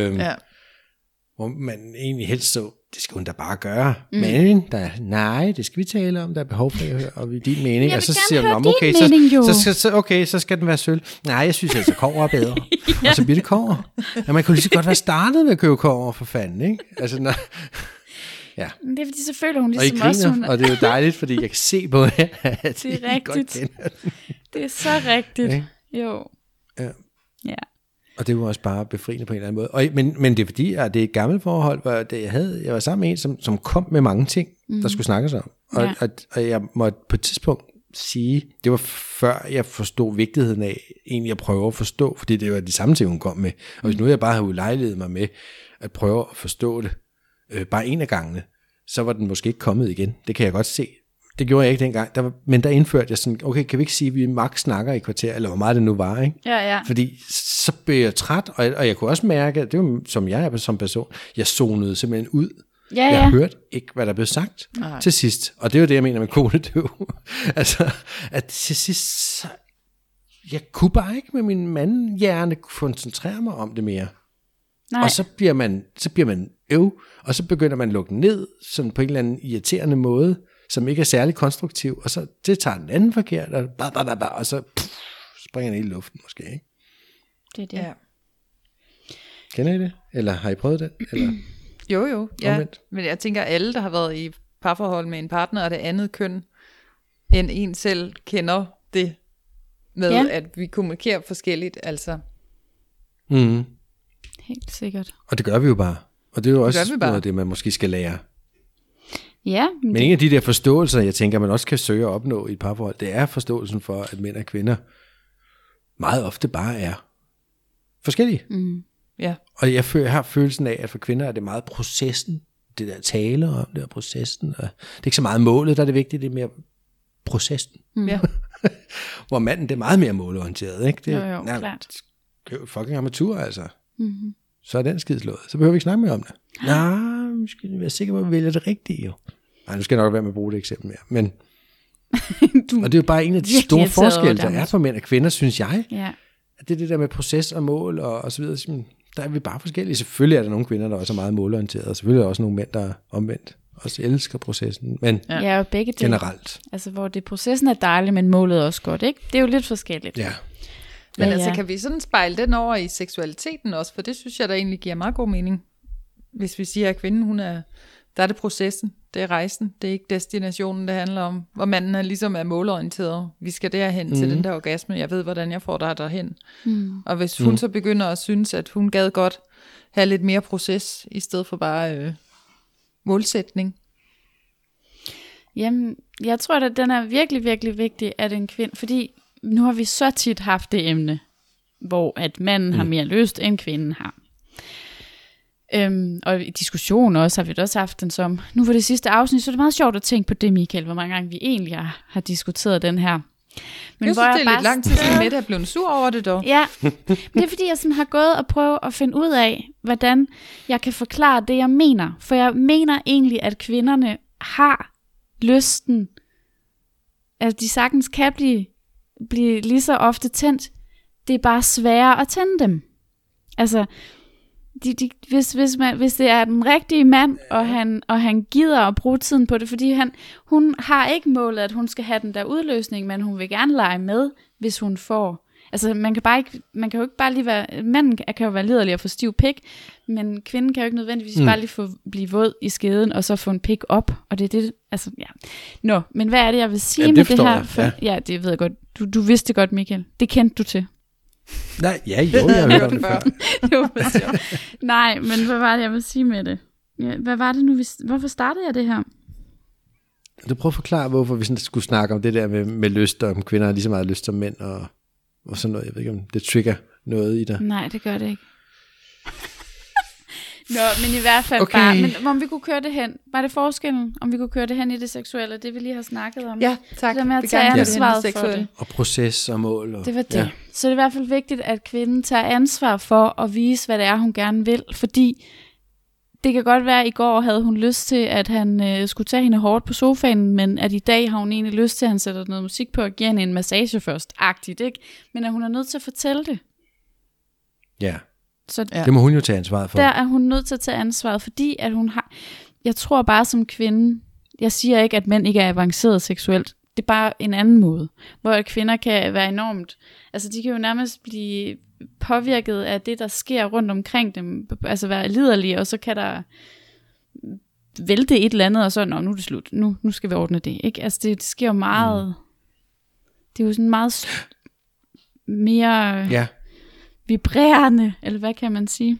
Hvor man egentlig helst så, det skal hun da bare gøre. Men nej, det skal vi tale om, der er behov for at høre, og din mening. Jeg og så siger man, så skal den være sølv. Nej, jeg synes altså, kobber er bedre. Og så bliver det kobber. Ja, man kunne lige så godt være startet med at købe kobber for fanden, ikke? Altså, det er fordi, så føler hun ligesom og også, og det er jo dejligt, fordi jeg kan se på jer, at det er rigtigt. Det er så rigtigt. Jo. Ja. Og det var også bare befriende på en eller anden måde. Men det er fordi, at det er et gammelt forhold, hvor jeg var sammen med en, som kom med mange ting, der skulle snakkes om. Og jeg måtte på et tidspunkt sige, det var før jeg forstod vigtigheden af egentlig at prøve at forstå, fordi det var de samme ting, hun kom med. Og hvis nu jeg bare havde udlejlighed mig med at prøve at forstå det, bare en af gangene, så var den måske ikke kommet igen. Det kan jeg godt se. Det gjorde jeg ikke dengang, men der indførte jeg sådan, okay, kan vi ikke sige, at vi max snakker i kvarter, eller hvor meget det nu var, ikke? Ja. Fordi så blev jeg træt, og jeg kunne også mærke, at det var, som jeg er som person, jeg zonede simpelthen ud. Ja. Jeg hørte ikke, hvad der blev sagt til sidst. Og det er jo det, jeg mener med konedøv. Altså, at til sidst, jeg kunne bare ikke med min mandhjerne koncentrere mig om det mere. Nej. Og så bliver man og så begynder man at lukke ned, sådan på en eller anden irriterende måde, som ikke er særlig konstruktiv, og så det tager den anden forkert, og så springer den i luften måske, ikke? Det er det. Ja. Kender I det? Eller har I prøvet det? Eller? Jo, ja. Men jeg tænker, alle, der har været i parforhold med en partner af det andet køn, end en selv, kender det med, at vi kommunikerer forskelligt, altså. Helt sikkert. Og det gør vi jo bare. Og det er jo også noget af det, man måske skal lære. Ja. Men en af de der forståelser, jeg tænker, man også kan søge at opnå i et parforhold, det er forståelsen for, at mænd og kvinder meget ofte bare er forskellige. Ja. Og jeg har følelsen af, at for kvinder er det meget processen, det der tale om, det der processen. Og det er ikke så meget målet, der er det vigtige, det er mere processen. Ja. Hvor manden, det er meget mere målorienteret, ikke? Det er klart. Fucking armatur, altså. Så er den skidslået. Så behøver vi ikke snakke mere om det. Nej, vi skal være sikre på, at vi vælger det rigtige, jo. Nej, nu skal jeg nok være med at bruge det eksempel mere. Men, og det er jo bare en af de store forskelle, der er for mænd og kvinder, synes jeg. Ja. At det er det der med proces og mål og så videre. Der er vi bare forskellige. Selvfølgelig er der nogle kvinder, der også er meget målorienterede, og selvfølgelig er der også nogle mænd, der er omvendt. Også elsker processen, men og begge generelt. Altså, hvor det processen er dejlig, men målet er også godt, ikke? Det er jo lidt forskelligt. Ja. Men altså, kan vi sådan spejle den over i seksualiteten også? For det synes jeg, der egentlig giver meget god mening. Hvis vi siger, at kvinden, der er det processen, det er rejsen, det er ikke destinationen, det handler om. Hvor manden ligesom er målorienteret. Vi skal derhen til den der orgasme. Jeg ved, hvordan jeg får dig derhen. Og hvis hun så begynder at synes, at hun gad godt have lidt mere proces, i stedet for bare målsætning. Jamen, jeg tror, at den er virkelig, virkelig vigtig, at en kvinde, fordi nu har vi så tit haft det emne, hvor at manden har mere lyst, end kvinden har. Og i diskussion også, har vi også haft den som, nu var det sidste afsnit, så det er meget sjovt at tænke på det, Michael, hvor mange gange vi egentlig har diskuteret den her. Men jeg synes, det er lidt lang tid siden Mette er blevet sur over det dog. Ja, det er fordi, jeg sådan har gået og prøvet at finde ud af, hvordan jeg kan forklare det, jeg mener. For jeg mener egentlig, at kvinderne har lysten, at de sagtens kan blive lige så ofte tændt. Det er bare sværere at tænde dem. Altså, hvis det er den rigtige mand, og han gider at bruge tiden på det, fordi hun har ikke målet, at hun skal have den der udløsning, men hun vil gerne lege med, hvis hun får. Altså, man kan jo ikke bare lige være, manden kan jo være liderlig og få stiv pik, men kvinden kan jo ikke nødvendigvis bare lige blive våd i skeden, og så få en pik op, og det er det, altså, ja. Nå, men hvad er det, jeg vil sige med det her? Ja, det ved jeg godt. Du vidste godt, Michael. Det kendte du til. Nej, jeg har hørt det før. Det var sjovt. Nej, men hvad var det, jeg vil sige med det? Ja, hvad var det nu? Hvorfor startede jeg det her? Du prøver at forklare, hvorfor vi sådan skulle snakke om det der med lyst, og om kvinder har lige så meget lyst som mænd, og sådan noget. Jeg ved ikke, om det trigger noget i dig. Nej, det gør det ikke. Nå, men i hvert fald bare. Men om vi kunne køre det hen, var det forskellen, om vi kunne køre det hen i det seksuelle, det vi lige har snakket om? Ja, tak. Det der med at tage ansvaret for det. Og proces og mål. Det var det. Ja. Så det er i hvert fald vigtigt, at kvinden tager ansvar for at vise, hvad det er, hun gerne vil. Fordi det kan godt være, at i går havde hun lyst til, at han skulle tage hende hårdt på sofaen, men at i dag har hun egentlig lyst til, at han sætter noget musik på og giver hende en massage først. Agtigt, ikke? Men at hun er nødt til at fortælle det. Ja. Så det må hun jo tage ansvaret for. Der er hun nødt til at tage ansvaret, fordi at hun har... Jeg tror bare som kvinde, jeg siger ikke, at mænd ikke er avanceret seksuelt. Det er bare en anden måde, hvor kvinder kan være enormt... Altså de kan jo nærmest blive påvirket af det, der sker rundt omkring dem. Altså være liderlige, og så kan der vælte et eller andet, og så, nu er det slut. Nu skal vi ordne det, ikke? Altså det sker jo meget... Det er jo sådan meget mere... Ja. Vibrerende, eller hvad kan man sige?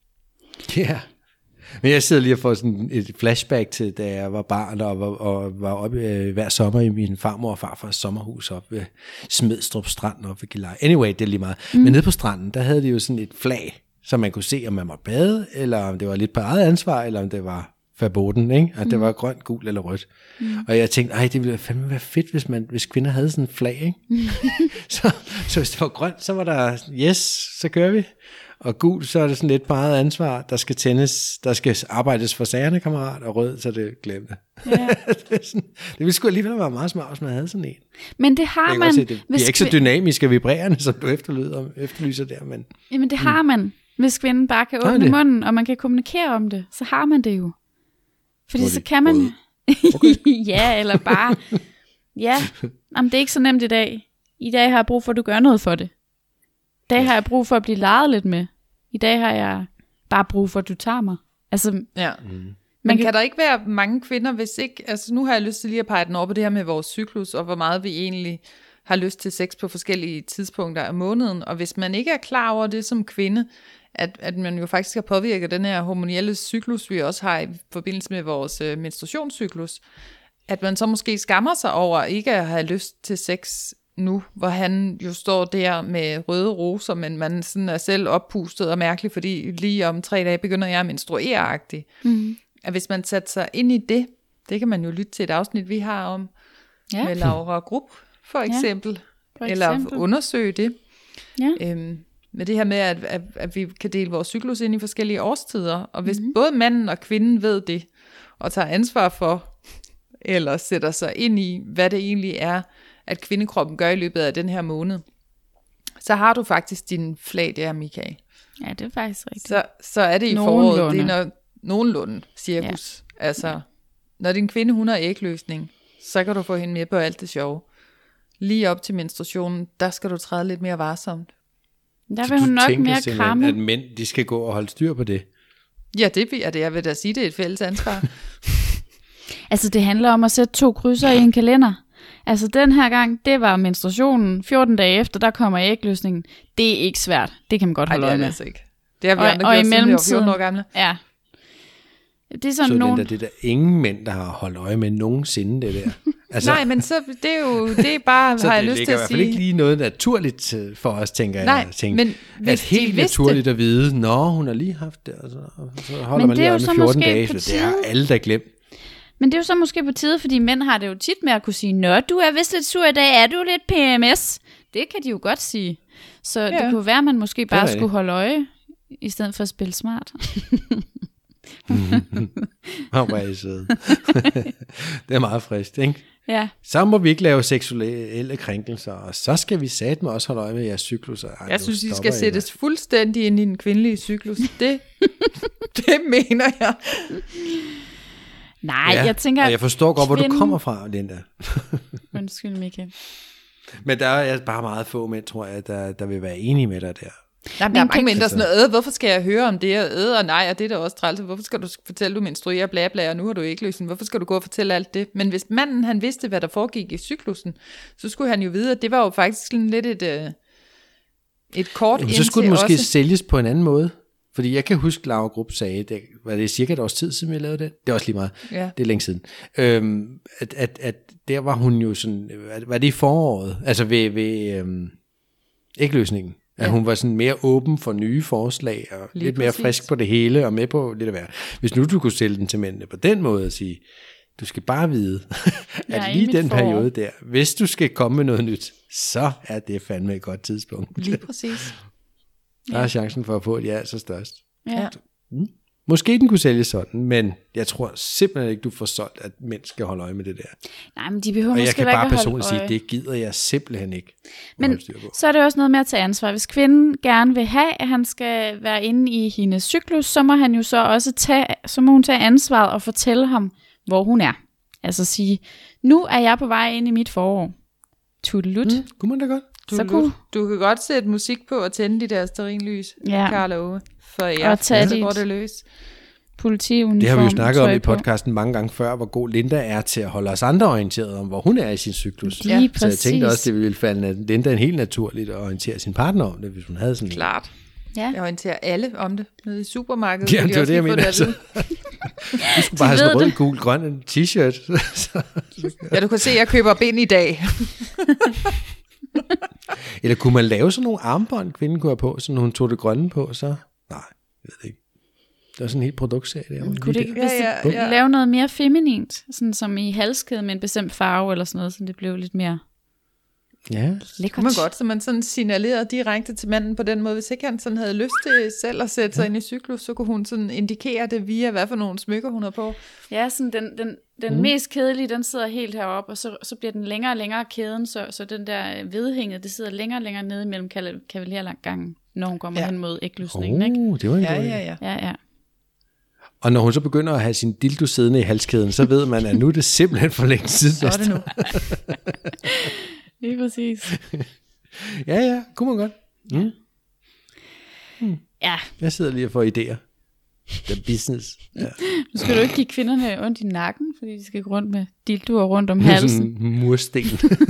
Ja, men jeg sidder lige og får sådan et flashback til, da jeg var barn og var oppe hver sommer i min farmor og farfars sommerhus oppe ved Smedstrup Strand oppe ved Gilleleje. Anyway, det er lige meget. Men nede på stranden, der havde de jo sådan et flag, så man kunne se, om man måtte bade, eller om det var lidt på eget ansvar, eller om det var verboten, ikke? At det var grønt, gul eller rødt. Og jeg tænkte, det ville fandme være fedt, hvis kvinder havde sådan en flag, ikke? så hvis det var grønt, så var der, yes, så kører vi. Og gul, så er det sådan lidt på eget ansvar, der skal tændes, der skal arbejdes for sagerne, kammerat, og rød, så det glemte. Ja. det ville sgu alligevel være meget smart, hvis man havde sådan en. Men det har man. Det er ikke så dynamisk og vibrerende, som du efterlyser der, men... Jamen det har man, hvis kvinden bare kan åbne munden, og man kan kommunikere om det, så har man det jo. Fordi så kan man... Okay. Ja, eller bare... Ja, jamen, det er ikke så nemt i dag. I dag har jeg brug for, at du gør noget for det. I dag har jeg brug for at blive leget lidt med. I dag har jeg bare brug for, at du tager mig. Altså... Ja. Men kan der ikke være mange kvinder, hvis ikke... Altså nu har jeg lyst til lige at pege den over på det her med vores cyklus, og hvor meget vi egentlig har lyst til sex på forskellige tidspunkter af måneden. Og hvis man ikke er klar over det som kvinde, at man jo faktisk har påvirket den her hormonielle cyklus, vi også har i forbindelse med vores menstruationscyklus, at man så måske skammer sig over ikke at have lyst til sex nu, hvor han jo står der med røde roser, men man sådan er selv oppustet og mærkelig, fordi lige om 3 dage begynder jeg at menstruere-agtigt. At hvis man sætter sig ind i det kan man jo lytte til et afsnit, vi har om med Laura Grupp, for eksempel, eller undersøge det. Ja. Med det her med, at vi kan dele vores cyklus ind i forskellige årstider, og hvis både manden og kvinden ved det, og tager ansvar for, eller sætter sig ind i, hvad det egentlig er, at kvindekroppen gør i løbet af den her måned, så har du faktisk din flag der, Michael. Ja, det er faktisk rigtigt. Så er det i foråret, det er nogenlunde cirkus. Ja. Altså, når din kvinde, hun har ægløsning, så kan du få hende med på alt det sjove. Lige op til menstruationen, der skal du træde lidt mere varsomt. Der vil hun nok mere kramme. At mænd, de skal gå og holde styr på det. Ja, det er det. Jeg vil da sige, det er et fælles ansvar. Altså, det handler om at sætte 2 krydser i en kalender. Altså, den her gang, det var menstruationen. 14 dage efter, der kommer ægløsningen. Det er ikke svært. Det kan man godt holde øje med. Det er altså ikke. Det har vi andre gjort, siden vi var 14 år gamle. Ja. Det er sådan så det er der ingen mænd, der har holdt øje med nogensinde det der. Altså, nej, men så det er bare, så har jeg lyst til at sige. Så det ligger i hvert fald ikke lige noget naturligt for os, tænker jeg. Men at helt naturligt at vide, når hun har lige haft det, og så holder man lige med 14 dage, for det er alle, der glemt. Men det er jo så måske på tide, fordi mænd har det jo tit med at kunne sige, nå, du er vist lidt sur i dag, er du lidt PMS? Det kan de jo godt sige. Så det kunne være, at man måske bare skulle holde øje, i stedet for at spille smart. Hvor er I søde. Det er meget frisk, ikke? Ja. Så må vi ikke lave seksuelle krænkelser, og så skal vi satme også holde øje med jeres cykluser. Jeg synes, I skal sættes fuldstændig ind i den kvindelige cyklus. Det mener jeg. Nej, jeg tænker... Og jeg forstår godt, hvor du kommer fra, Linda. Undskyld, Michael. Men der er bare meget få mænd, tror jeg, der vil være enige med dig der. Nej, men der er mange mænd, der sådan noget, hvorfor skal jeg høre om det, og nej, og det er da også træls, hvorfor skal du fortælle, du menstruerer, bla bla, og nu har du ikke løsning, hvorfor skal du gå og fortælle alt det? Men hvis manden, han vidste, hvad der foregik i cyklusen, så skulle han jo vide, at det var jo faktisk lidt et kort indtil. Så skulle det måske også sælges på en anden måde. Fordi jeg kan huske, Laura Grupp sagde, det er cirka et års tid siden, vi lavede det. Det er også lige meget. Ja. Det er længe siden. At der var hun jo sådan, var det i foråret, altså ved ægløsningen. At hun var sådan mere åben for nye forslag, og lige lidt mere frisk på det hele, og med på lidt at være. Hvis nu du kunne sælge den til mændene på den måde, at sige, du skal bare vide, at lige den periode der, hvis du skal komme med noget nyt, så er det fandme et godt tidspunkt. Lige præcis. Der er chancen for at få et ja så størst. Ja. Måske den kunne sælges sådan, men jeg tror simpelthen ikke, du får solgt, at mænd skal holde øje med det der. Nej, men de behøver og jeg måske kan ikke bare at holde personligt sige, øje. det gider jeg simpelthen ikke. Men så er det også noget med at tage ansvar. Hvis kvinden gerne vil have, at han skal være inde i hendes cyklus, så må han jo så også tage ansvaret og fortælle ham, hvor hun er. Altså sige, nu er jeg på vej ind i mit forår. Tudelut. Kunne man da godt? Du kan godt sætte musik på og tænde de der stearinlys, Karl Ove, for så går det løs. Politiuniform. Det har vi jo snakket om i podcasten mange gange før, hvor god Linda er til at holde os andre orienteret om, hvor hun er i sin cyklus. Så jeg tænkte også, det ville falde Linda helt naturligt at orientere sin partner om det, hvis hun havde sådan en. Klart. Ja. Jeg orienterer alle om det nede i supermarkedet. Ja, det var det, jeg mener. Altså. Du skulle bare have sådan en rød, gul, grøn t-shirt. Ja, du kan se, at jeg køber bind i dag. Eller kunne man lave sådan nogle armbånd, kvinden kunne have på, så når hun tog det grønne på, så... Nej, jeg ved det ikke. Det var sådan en helt produktserie der. Kunne det ikke lave noget mere feminint, sådan som i halskæde med en bestemt farve eller sådan noget, så det blev lidt mere lækkert. Kunne man godt, så man sådan signalerede direkte til manden på den måde. Hvis ikke han sådan havde lyst til selv at sætte sig ind i cyklus, så kunne hun sådan indikere det via, hvad for nogle smykker hun har på. Ja, sådan den mest kedelige, den sidder helt heroppe, og så bliver den længere og længere kæden, så den der vedhænget, det sidder længere og længere nede mellem kavalergangen, når hun kommer hen mod ægløsningen. Ikke? Det var en ja. Og når hun så begynder at have sin dildo siddende i halskæden, så ved man, at nu er det simpelthen for længe siden. Så er det nu. Lige præcis. Ja, kunne man godt. Ja. Jeg sidder lige og får idéer. The business. Ja. Nu skal du ikke give kvinderne ondt i nakken, fordi de skal gå rundt med dildoer rundt om halsen. Sådan en mursten.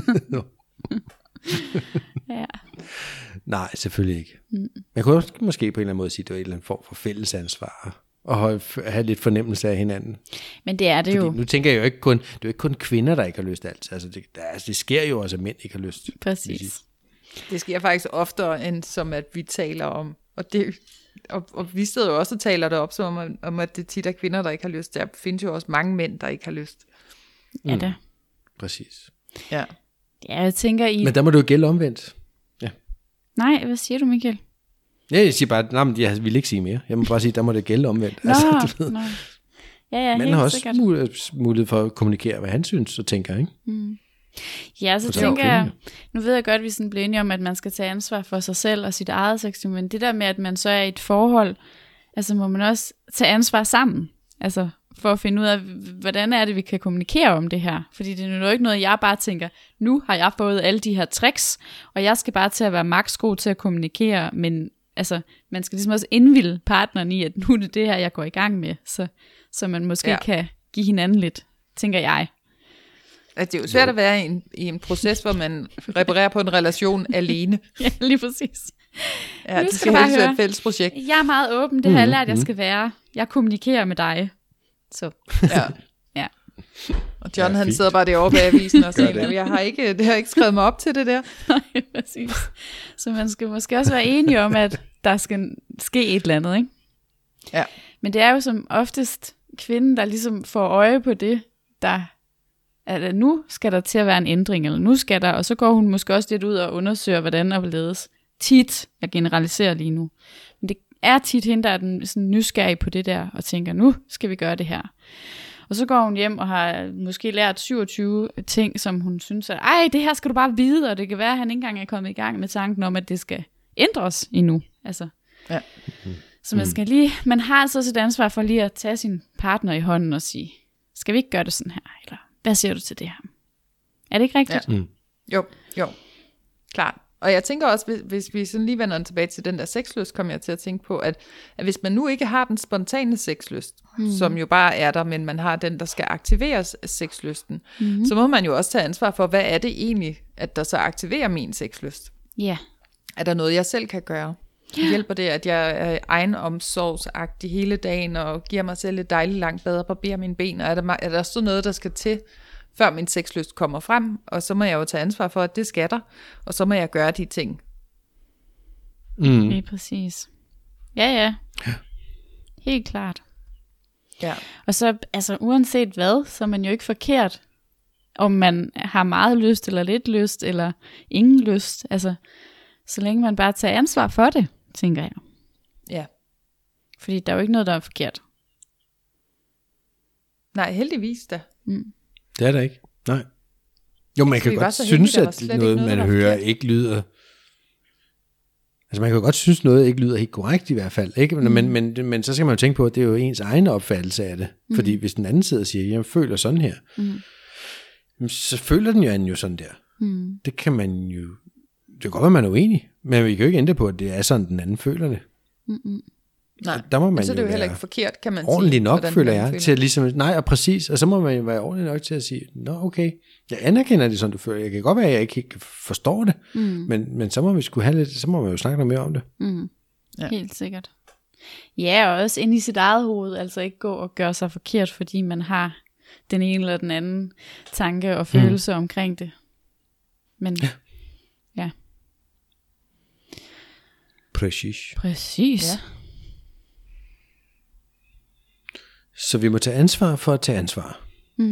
Ja. Nej, selvfølgelig ikke. Jeg kunne også måske på en eller anden måde sige, at det var en eller anden form for fælles ansvar. Og have lidt fornemmelse af hinanden. Men det er det jo. Nu tænker jeg jo ikke kun, det er jo ikke kun kvinder, der ikke har lyst altid. Altså det sker jo også, at mænd ikke har lyst. Præcis. Det sker faktisk oftere, end som at vi taler om. Og vi sidder jo også og taler det op, som om at det tit er kvinder, der ikke har lyst. Der findes jo også mange mænd, der ikke har lyst. Ja, det. Præcis. Ja. Ja, jeg tænker Men der må du jo gælde omvendt. Ja. Nej, hvad siger du, Michael? Ja, jeg siger bare, men jeg vil ikke sige mere. Jeg må bare sige, der må det gælde omvendt. Nå. Ja, man har også mulighed for at kommunikere, hvad han synes og tænker, ikke? Ja, så tænker jeg, nu ved jeg godt, at vi sådan bliver enige om, at man skal tage ansvar for sig selv og sit eget sex, men det der med, at man så er i et forhold, altså må man også tage ansvar sammen, altså for at finde ud af, hvordan er det, vi kan kommunikere om det her. Fordi det er jo ikke noget, jeg bare tænker, nu har jeg fået alle de her tricks, og jeg skal bare til at være maks god til at kommunikere, men altså, man skal ligesom også indvilde partneren i, at nu er det her, jeg går i gang med, så man måske kan give hinanden lidt, tænker jeg. Altså, det er jo svært at være i en proces, hvor man reparerer på en relation alene. Ja, lige præcis. Ja, det skal helst være et fælles projekt. Jeg er meget åben, det har jeg lært, jeg skal være. Jeg kommunikerer med dig. Så. Ja. Og John, han fint. sidder bare derovre bag avisen og Gør siger, det. jeg har ikke skrevet mig op til det der. Nej, præcis. Så man skal måske også være enige om, at der skal ske et eller andet, ikke? Ja. Men det er jo som oftest kvinden, der ligesom får øje på det, at nu skal der til at være en ændring, eller nu skal der, og så går hun måske også lidt ud og undersøger, hvordan og hvorledes. Tit, jeg generaliserer lige nu, men det er tit hende, der er den sådan nysgerrig på det der, og tænker, nu skal vi gøre det her. Og så går hun hjem og har måske lært 27 ting, som hun synes, at ej, det her skal du bare vide, og det kan være, at han ikke engang er kommet i gang med tanken om, at det skal ændres endnu. Altså. Ja. Så man har altså også et ansvar for lige at tage sin partner i hånden og sige, skal vi ikke gøre det sådan her? Eller hvad siger du til det her? Er det ikke rigtigt? Ja. Jo, klart. Og jeg tænker også, hvis vi sådan lige vender tilbage til den der sexlyst, kommer jeg til at tænke på, at hvis man nu ikke har den spontane sexlyst, som jo bare er der, men man har den, der skal aktiveres af sexlysten, så må man jo også tage ansvar for, hvad er det egentlig, at der så aktiverer min sexlyst? Ja. Er der noget, jeg selv kan gøre? Hjælper det, at jeg er egenomsorgsagtig hele dagen, og giver mig selv et dejligt langt bad og barberer mine ben, og er der så noget, der skal til, før min sexlyst kommer frem, og så må jeg jo tage ansvar for, at det skal der, og så må jeg gøre de ting. Lige præcis. Ja. Helt klart. Ja. Og så, altså uanset hvad, så er man jo ikke forkert, om man har meget lyst, eller lidt lyst, eller ingen lyst. Altså, så længe man bare tager ansvar for det, tænker jeg. Ja. Fordi der er jo ikke noget, der er forkert. Nej, heldigvis da. Det er der ikke. Nej. Jo, man kan vi var godt så synes, heldige, der var at slet ikke noget, noget, man der var hører, forkert. ikke lyder... Altså, man kan jo godt synes, noget ikke lyder helt korrekt i hvert fald. Ikke? Men så skal man jo tænke på, at det er jo ens egen opfattelse af det. Fordi hvis den anden side og siger, jeg føler sådan her, så føler den jo anden jo sådan der. Det kan man jo... Det kan godt være, man er uenig, men vi kan jo ikke ændre på, at det er sådan, den anden føler det. Nej, Der må man men så er det jo være heller ikke forkert, kan man ordentlig sige. nok, hvordan føler man jeg, til at ligesom, nej, og præcis, og så må man jo være ordentlig nok til at sige, nå okay, jeg anerkender det, sådan du føler, jeg kan godt være, at jeg ikke forstår det, men så må vi sgu have lidt, så må man jo snakke noget mere om det. Ja. Helt sikkert. Ja, og også inde i sit eget hoved, altså ikke gå og gøre sig forkert, fordi man har den ene eller den anden tanke og følelse omkring det. Men ja. Præcis. Ja. Så vi må tage ansvar for at tage ansvar.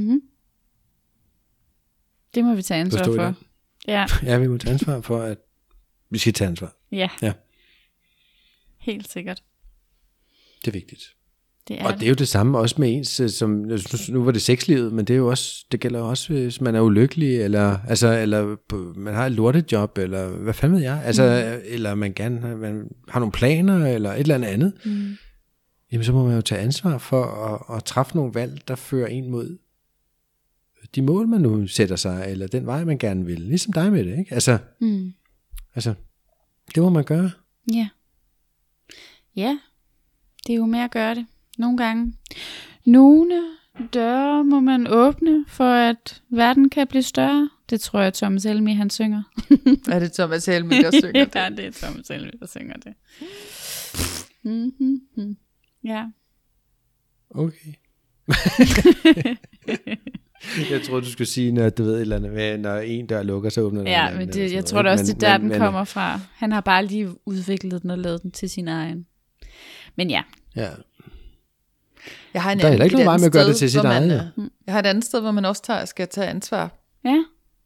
Det må vi tage ansvar Forstår I for. det? Ja. Ja, vi må tage ansvar for, at vi skal tage ansvar. Ja. Ja. Helt sikkert. Det er vigtigt. Det er Og det er jo det samme også med ens, som nu var det sexlivet, men det er jo også, det gælder også, hvis man er ulykkelig, eller man har et lortejob, eller hvad fanden ved jeg, eller man har nogle planer, eller et eller andet. Jamen så må man jo tage ansvar for at træffe nogle valg, der fører en mod de mål, man nu sætter sig, eller den vej, man gerne vil. Ligesom dig med det, ikke? Altså, det må man gøre. Ja. Ja, det er jo med at gøre det. Nogle gange. Nogle døre må man åbne, for at verden kan blive større. Det tror jeg, Thomas Helmig, han synger. Er det Thomas Helmig, der synger det? Ja, det er Thomas Helmig, der synger det. Ja. Okay. Jeg tror du skulle sige, når du ved et eller andet med, når en dør lukker, så åbner den. Ja, men det, jeg tror da også, det er der, den kommer fra. Han har bare lige udviklet den og lavet den til sin egen. Men ja. Ja. Jeg har Der er heller ikke nogen vej med at gøre det til sit eget. Jeg har et andet sted, hvor man også skal tage ansvar. Ja.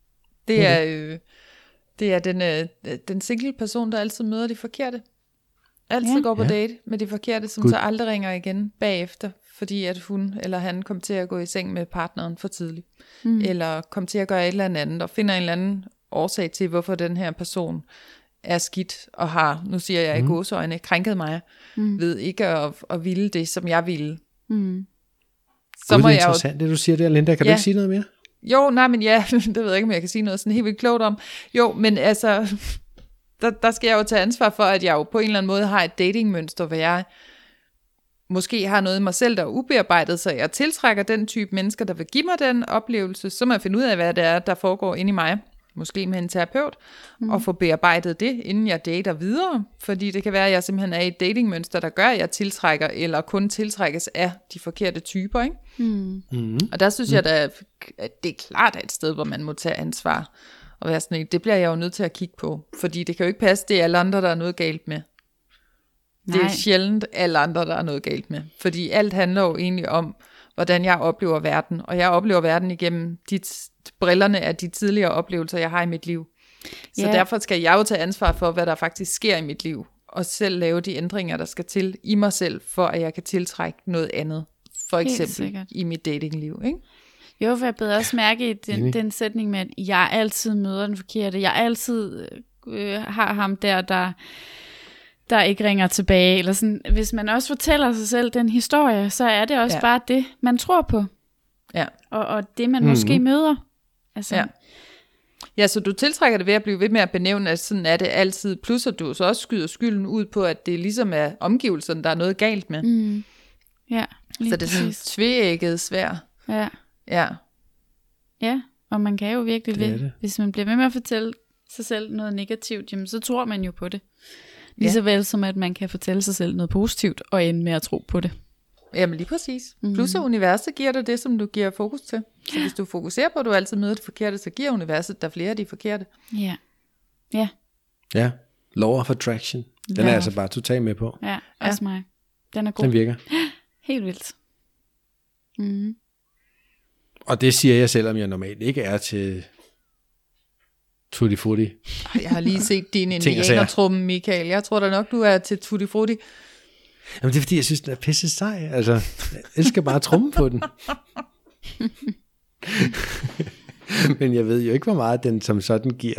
Det er den single person, der altid møder de forkerte. Altid går på date med de forkerte, som så aldrig ringer igen bagefter, fordi at hun eller han kom til at gå i seng med partneren for tidligt. Eller kom til at gøre et eller andet, og finder en eller anden årsag til, hvorfor den her person er skidt, og har, nu siger jeg i gåseøjne, krænket mig, ved ikke at ville det, som jeg ville. Så må det er interessant, det du siger der, Linda. Kan du ikke sige noget mere? Jo, nej, men ja, det ved jeg ikke, om jeg kan sige noget sådan helt vildt klogt om. Jo, men altså, der skal jeg jo tage ansvar for, at jeg jo på en eller anden måde har et datingmønster, hvor jeg måske har noget i mig selv, der er ubearbejdet, så jeg tiltrækker den type mennesker, der vil give mig den oplevelse, så må jeg finde ud af, hvad det er, der foregår inde i mig. måske med en terapeut, og få bearbejdet det, inden jeg dater videre. Fordi det kan være, at jeg simpelthen er i et datingmønster, der gør, at jeg tiltrækker, eller kun tiltrækkes af de forkerte typer. Ikke? Og der synes jeg, at det er klart et sted, hvor man må tage ansvar. Og være sådan, det bliver jeg jo nødt til at kigge på. Fordi det kan jo ikke passe, det er alle andre, der er noget galt med. Det er sjældent alle andre, der er noget galt med. Fordi alt handler jo egentlig om, hvordan jeg oplever verden. Og jeg oplever verden igennem brillerne af de tidligere oplevelser, jeg har i mit liv. Så derfor skal jeg jo tage ansvar for, hvad der faktisk sker i mit liv. Og selv lave de ændringer, der skal til i mig selv, for at jeg kan tiltrække noget andet. For eksempel i mit datingliv, ikke? Jo, for jeg beder også mærke i den sætning med, at jeg altid møder den forkerte. Jeg altid har ham der ikke ringer tilbage. Eller sådan. Hvis man også fortæller sig selv den historie, så er det også bare det, man tror på. Ja. Og det, man måske møder. Altså. Ja, så du tiltrækker det ved at blive ved med at benævne, at sådan er det altid. Plus at du så også skyder skylden ud på, at det ligesom er omgivelserne, der er noget galt med. Ja, så det er sådan tveægget svær. Ja, og man kan jo virkelig hvis man bliver ved med at fortælle sig selv noget negativt, jamen så tror man jo på det. Lige så vel som at man kan fortælle sig selv noget positivt, og ende med at tro på det. Jamen lige præcis. Plus at universet giver dig det, som du giver fokus til. Så hvis du fokuserer på, at du altid møder det forkerte, så giver universet der flere af de forkerte. Ja, law of attraction. Den er altså bare totalt med på. Ja, også mig. Den er god. Den virker. Helt vildt. Og det siger jeg, selvom jeg normalt ikke er til Tutti Frutti. Jeg har lige set din indianertrumme, Michael. Jeg tror da nok, du er til Tutti Frutti. Jamen det er fordi, jeg synes, den er pisse sej. Altså, jeg elsker bare at trumme på den. Men jeg ved jo ikke, hvor meget den som sådan giver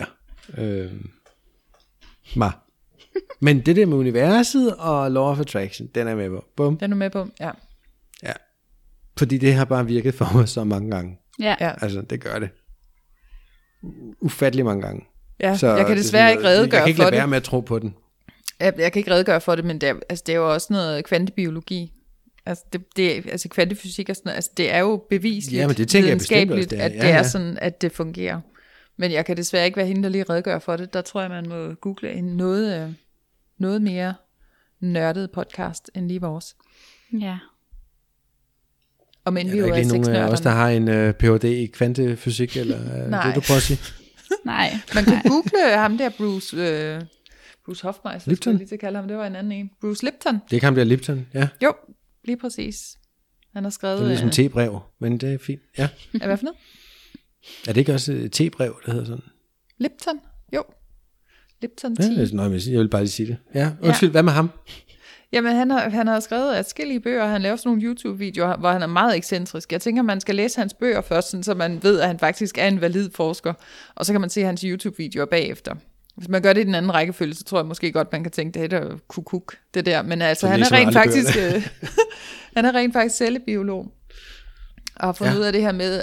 mig. Men det der med universet og law of attraction, den er med på. Bum. Den er med på, ja. Fordi det har bare virket for mig så mange gange. Ja. Altså, det gør det. Ufattelig mange gange. Ja, så jeg kan desværre ikke redegøre for det. Jeg kan ikke lade være med at tro på den. Jeg kan ikke redegøre for det, men det er jo også noget kvantebiologi. Altså kvantefysik og sådan noget. Altså det er jo bevisligt, ja, men det tænker jeg bestemt også, at det er sådan, at det fungerer. Men jeg kan desværre ikke være hende, der lige redegør for det. Der tror jeg, man må google en noget mere nørdet podcast end lige vores. Ja. Og men vi jo er ikke nogen af os, der har en Ph.D. i kvantefysik, eller det du prøver at sige? Nej. Man kan google ham der, Bruce Hoffmeister, Lipton. Jeg lige til at kalde ham, det var en anden en. Bruce Lipton. Det er ikke ham der Lipton, ja. Jo, lige præcis. Han har skrevet... Det er ligesom tebrev, men det er fint, ja. Hvad for noget? Er det ikke også et tebrev, der hedder sådan? Lipton, jo. Lipton tea. Ja, jeg vil bare lige sige det. Ja, undskyld, hvad med ham? Jamen, han har skrevet adskillige bøger, og han laver sådan nogle YouTube-videoer, hvor han er meget ekscentrisk. Jeg tænker, man skal læse hans bøger først, sådan, så man ved, at han faktisk er en valid forsker, og så kan man se hans YouTube-videoer bagefter. Hvis man gør det i den anden rækkefølge, så tror jeg måske godt, man kan tænke, det er kukuk, det der. Men altså, han er rent faktisk han er rent faktisk cellebiolog, og har fundet ud af det her med,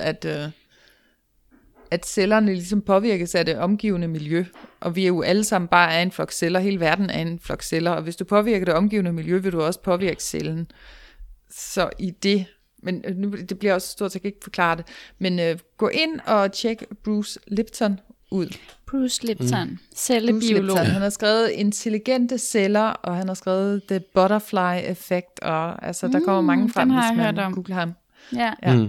at cellerne ligesom påvirkes af det omgivende miljø, og vi er jo alle sammen bare en flok celler, hele verden er en flok celler, og hvis du påvirker det omgivende miljø, vil du også påvirke cellen. Så i det, men nu, det bliver også stort set ikke forklaret det, men gå ind og tjek Bruce Lipton ud. Bruce Lipton, cellebiolog. Han har skrevet Intelligente celler, og han har skrevet The Butterfly Effect, og altså der kommer mange frem, hvis man googler ham. Ja.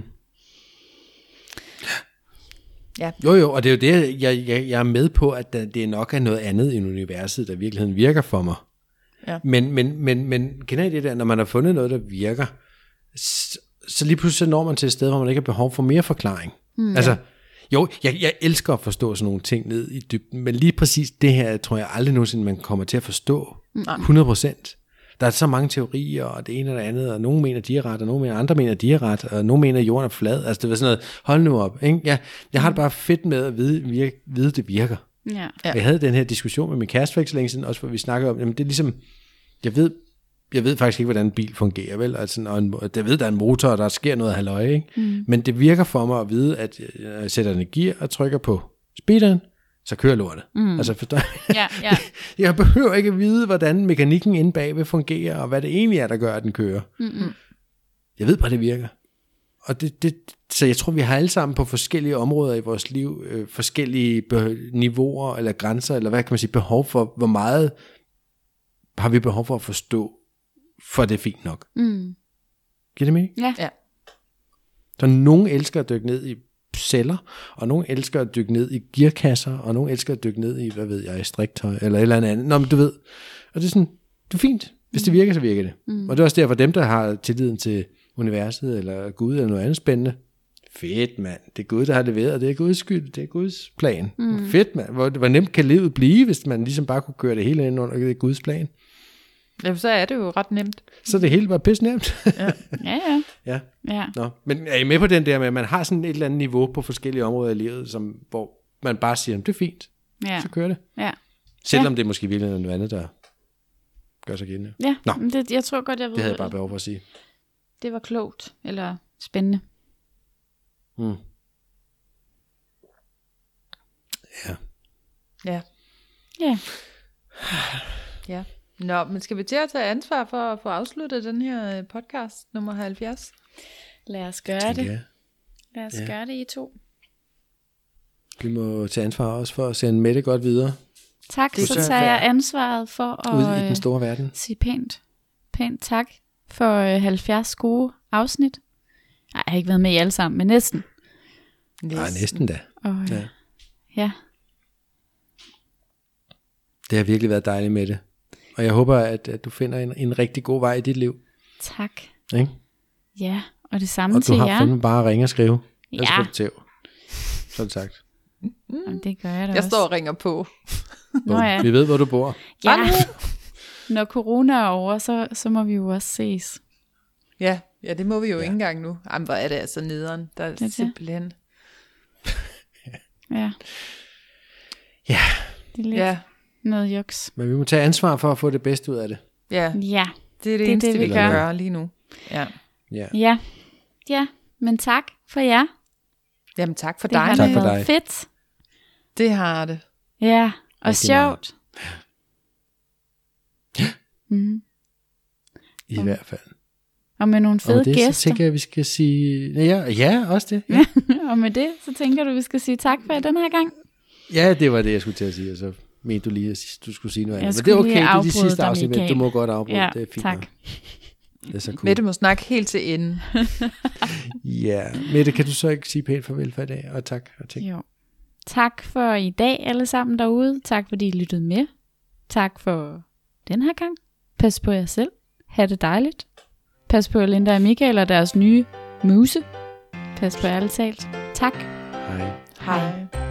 Ja. Jo, og det er jo det, jeg er med på, at det nok er noget andet end universet, der i virkeligheden virker for mig. Ja. Men kender I det der, når man har fundet noget, der virker, så lige pludselig når man til et sted, hvor man ikke har behov for mere forklaring. Altså, jo, jeg elsker at forstå sådan nogle ting ned i dybden, men lige præcis det her, tror jeg aldrig nogensinde, man kommer til at forstå 100%. Der er så mange teorier, og det ene og det andet, og nogen mener, de er ret, og nogen mener, andre mener, de er ret, og nogen mener, jorden er flad. Altså, det var sådan noget, hold nu op. Ikke? Jeg har det bare fedt med at vide det virker. Ja. Jeg havde den her diskussion med min kæreste for ikke så længe siden, også hvor vi snakkede om, jamen det er ligesom, jeg ved faktisk ikke, hvordan en bil fungerer, vel? Altså, og jeg ved, der er en motor, og der sker noget halløj, ikke? Men det virker for mig at vide, at jeg sætter den i gear og trykker på speederen, så kører lortet. Altså, forstår jeg? Ja. Jeg behøver ikke at vide, hvordan mekanikken inde bagved fungerer, og hvad det egentlig er, der gør, at den kører. Jeg ved bare, det virker. Og så jeg tror, vi har alle sammen på forskellige områder i vores liv, forskellige niveauer eller grænser, eller hvad kan man sige, behov for, hvor meget har vi behov for at forstå, for det er fint nok. Mm. Giver det mening? Ja. Så nogen elsker at dykke ned i celler, og nogen elsker at dykke ned i gearkasser, og nogen elsker at dykke ned i, hvad ved jeg, striktøj, eller et eller andet. Nå, men du ved, og det er sådan, det er fint. Hvis det virker, så virker det. Og det er også derfor, dem, der har tilliden til universet, eller Gud, eller noget andet spændende. Fedt, mand. Det er Gud, der har leveret. Det er Guds skyld. Det er Guds plan. Fedt, mand. Hvor nemt kan livet blive, hvis man ligesom bare kunne køre det hele ind under Guds plan. Ja, så er det jo ret nemt. Så det hele var pisse nemt. Ja. Nå. Men er I med på den der med, at man har sådan et eller andet niveau på forskellige områder i livet, hvor man bare siger, det er fint. Ja. Så kører det. Ja. Selvom det er måske virkelig noget andet, der gør sig gældende. Ja, Nå. jeg tror godt, jeg ved Det havde jeg bare behov for at sige. Det var klogt, eller spændende. Ja. Ja. Ja. Ja. Nå, men skal vi til at tage ansvar for at få afsluttet den her podcast nummer 70? Lad os gøre det. Ja. Lad os gøre det, I to. Vi må tage ansvar også for at sende Mette godt videre Tak, så tager jeg ansvaret for ud i den at store verden. sige pænt tak for 70 gode afsnit. Nej, jeg har ikke været med i alle sammen, men næsten. Nej, næsten da. Og, ja. Det har virkelig været dejligt med det. Og jeg håber, at du finder en rigtig god vej i dit liv. Tak. Ikke? Ja, og det samme og til jer. Og du har fandme bare at ringe og skrive. Ellers Ja. får du tæv. Så er det sagt. Jamen, det gør jeg da Jeg også. står og ringer på. Nå ja. Vi ved, hvor du bor. Ja. Når corona er over, så må vi jo også ses. Ja, det må vi jo ikke engang nu. Jamen, hvor er det altså nederen. Der er Det. simpelthen... Ja. Ja. Det er lidt noget juks. Men vi må tage ansvar for at få det bedste ud af det. Ja, Ja. det er det eneste, det, vi vi kan gør. gøre lige nu. Ja. Ja. Ja, men tak for jer. Jamen, tak for Det har dig. Tak for været dig. fedt. Det har det. Ja, og Rigtig sjovt. Mm. I hvert fald. Og med nogle Og fede med det, så gæster. tænker jeg, at vi skal sige... Ja, også det. Ja. Og med det, så tænker du, vi skal sige tak for den her gang. Ja, det var det, jeg skulle til at sige, og så mente du lige, at du skulle sige noget Jeg andet. Men det er skulle lige okay, det er de afbryde sidste dig, afsnit, men Michael. du må godt afbryde, Ja, det er fint. tak. nok. Det er så cool. Mette må snakke helt til enden. Ja, Mette, kan du så ikke sige pænt farvel for i dag, og tak og ting. Jo. Tak for i dag alle sammen derude. Tak fordi I lyttede med. Tak for den her gang. Pas på jer selv. Ha' det dejligt. Pas på Linda og Michael og deres nye muse. Pas på ærligt talt. Tak. Hej. Hej.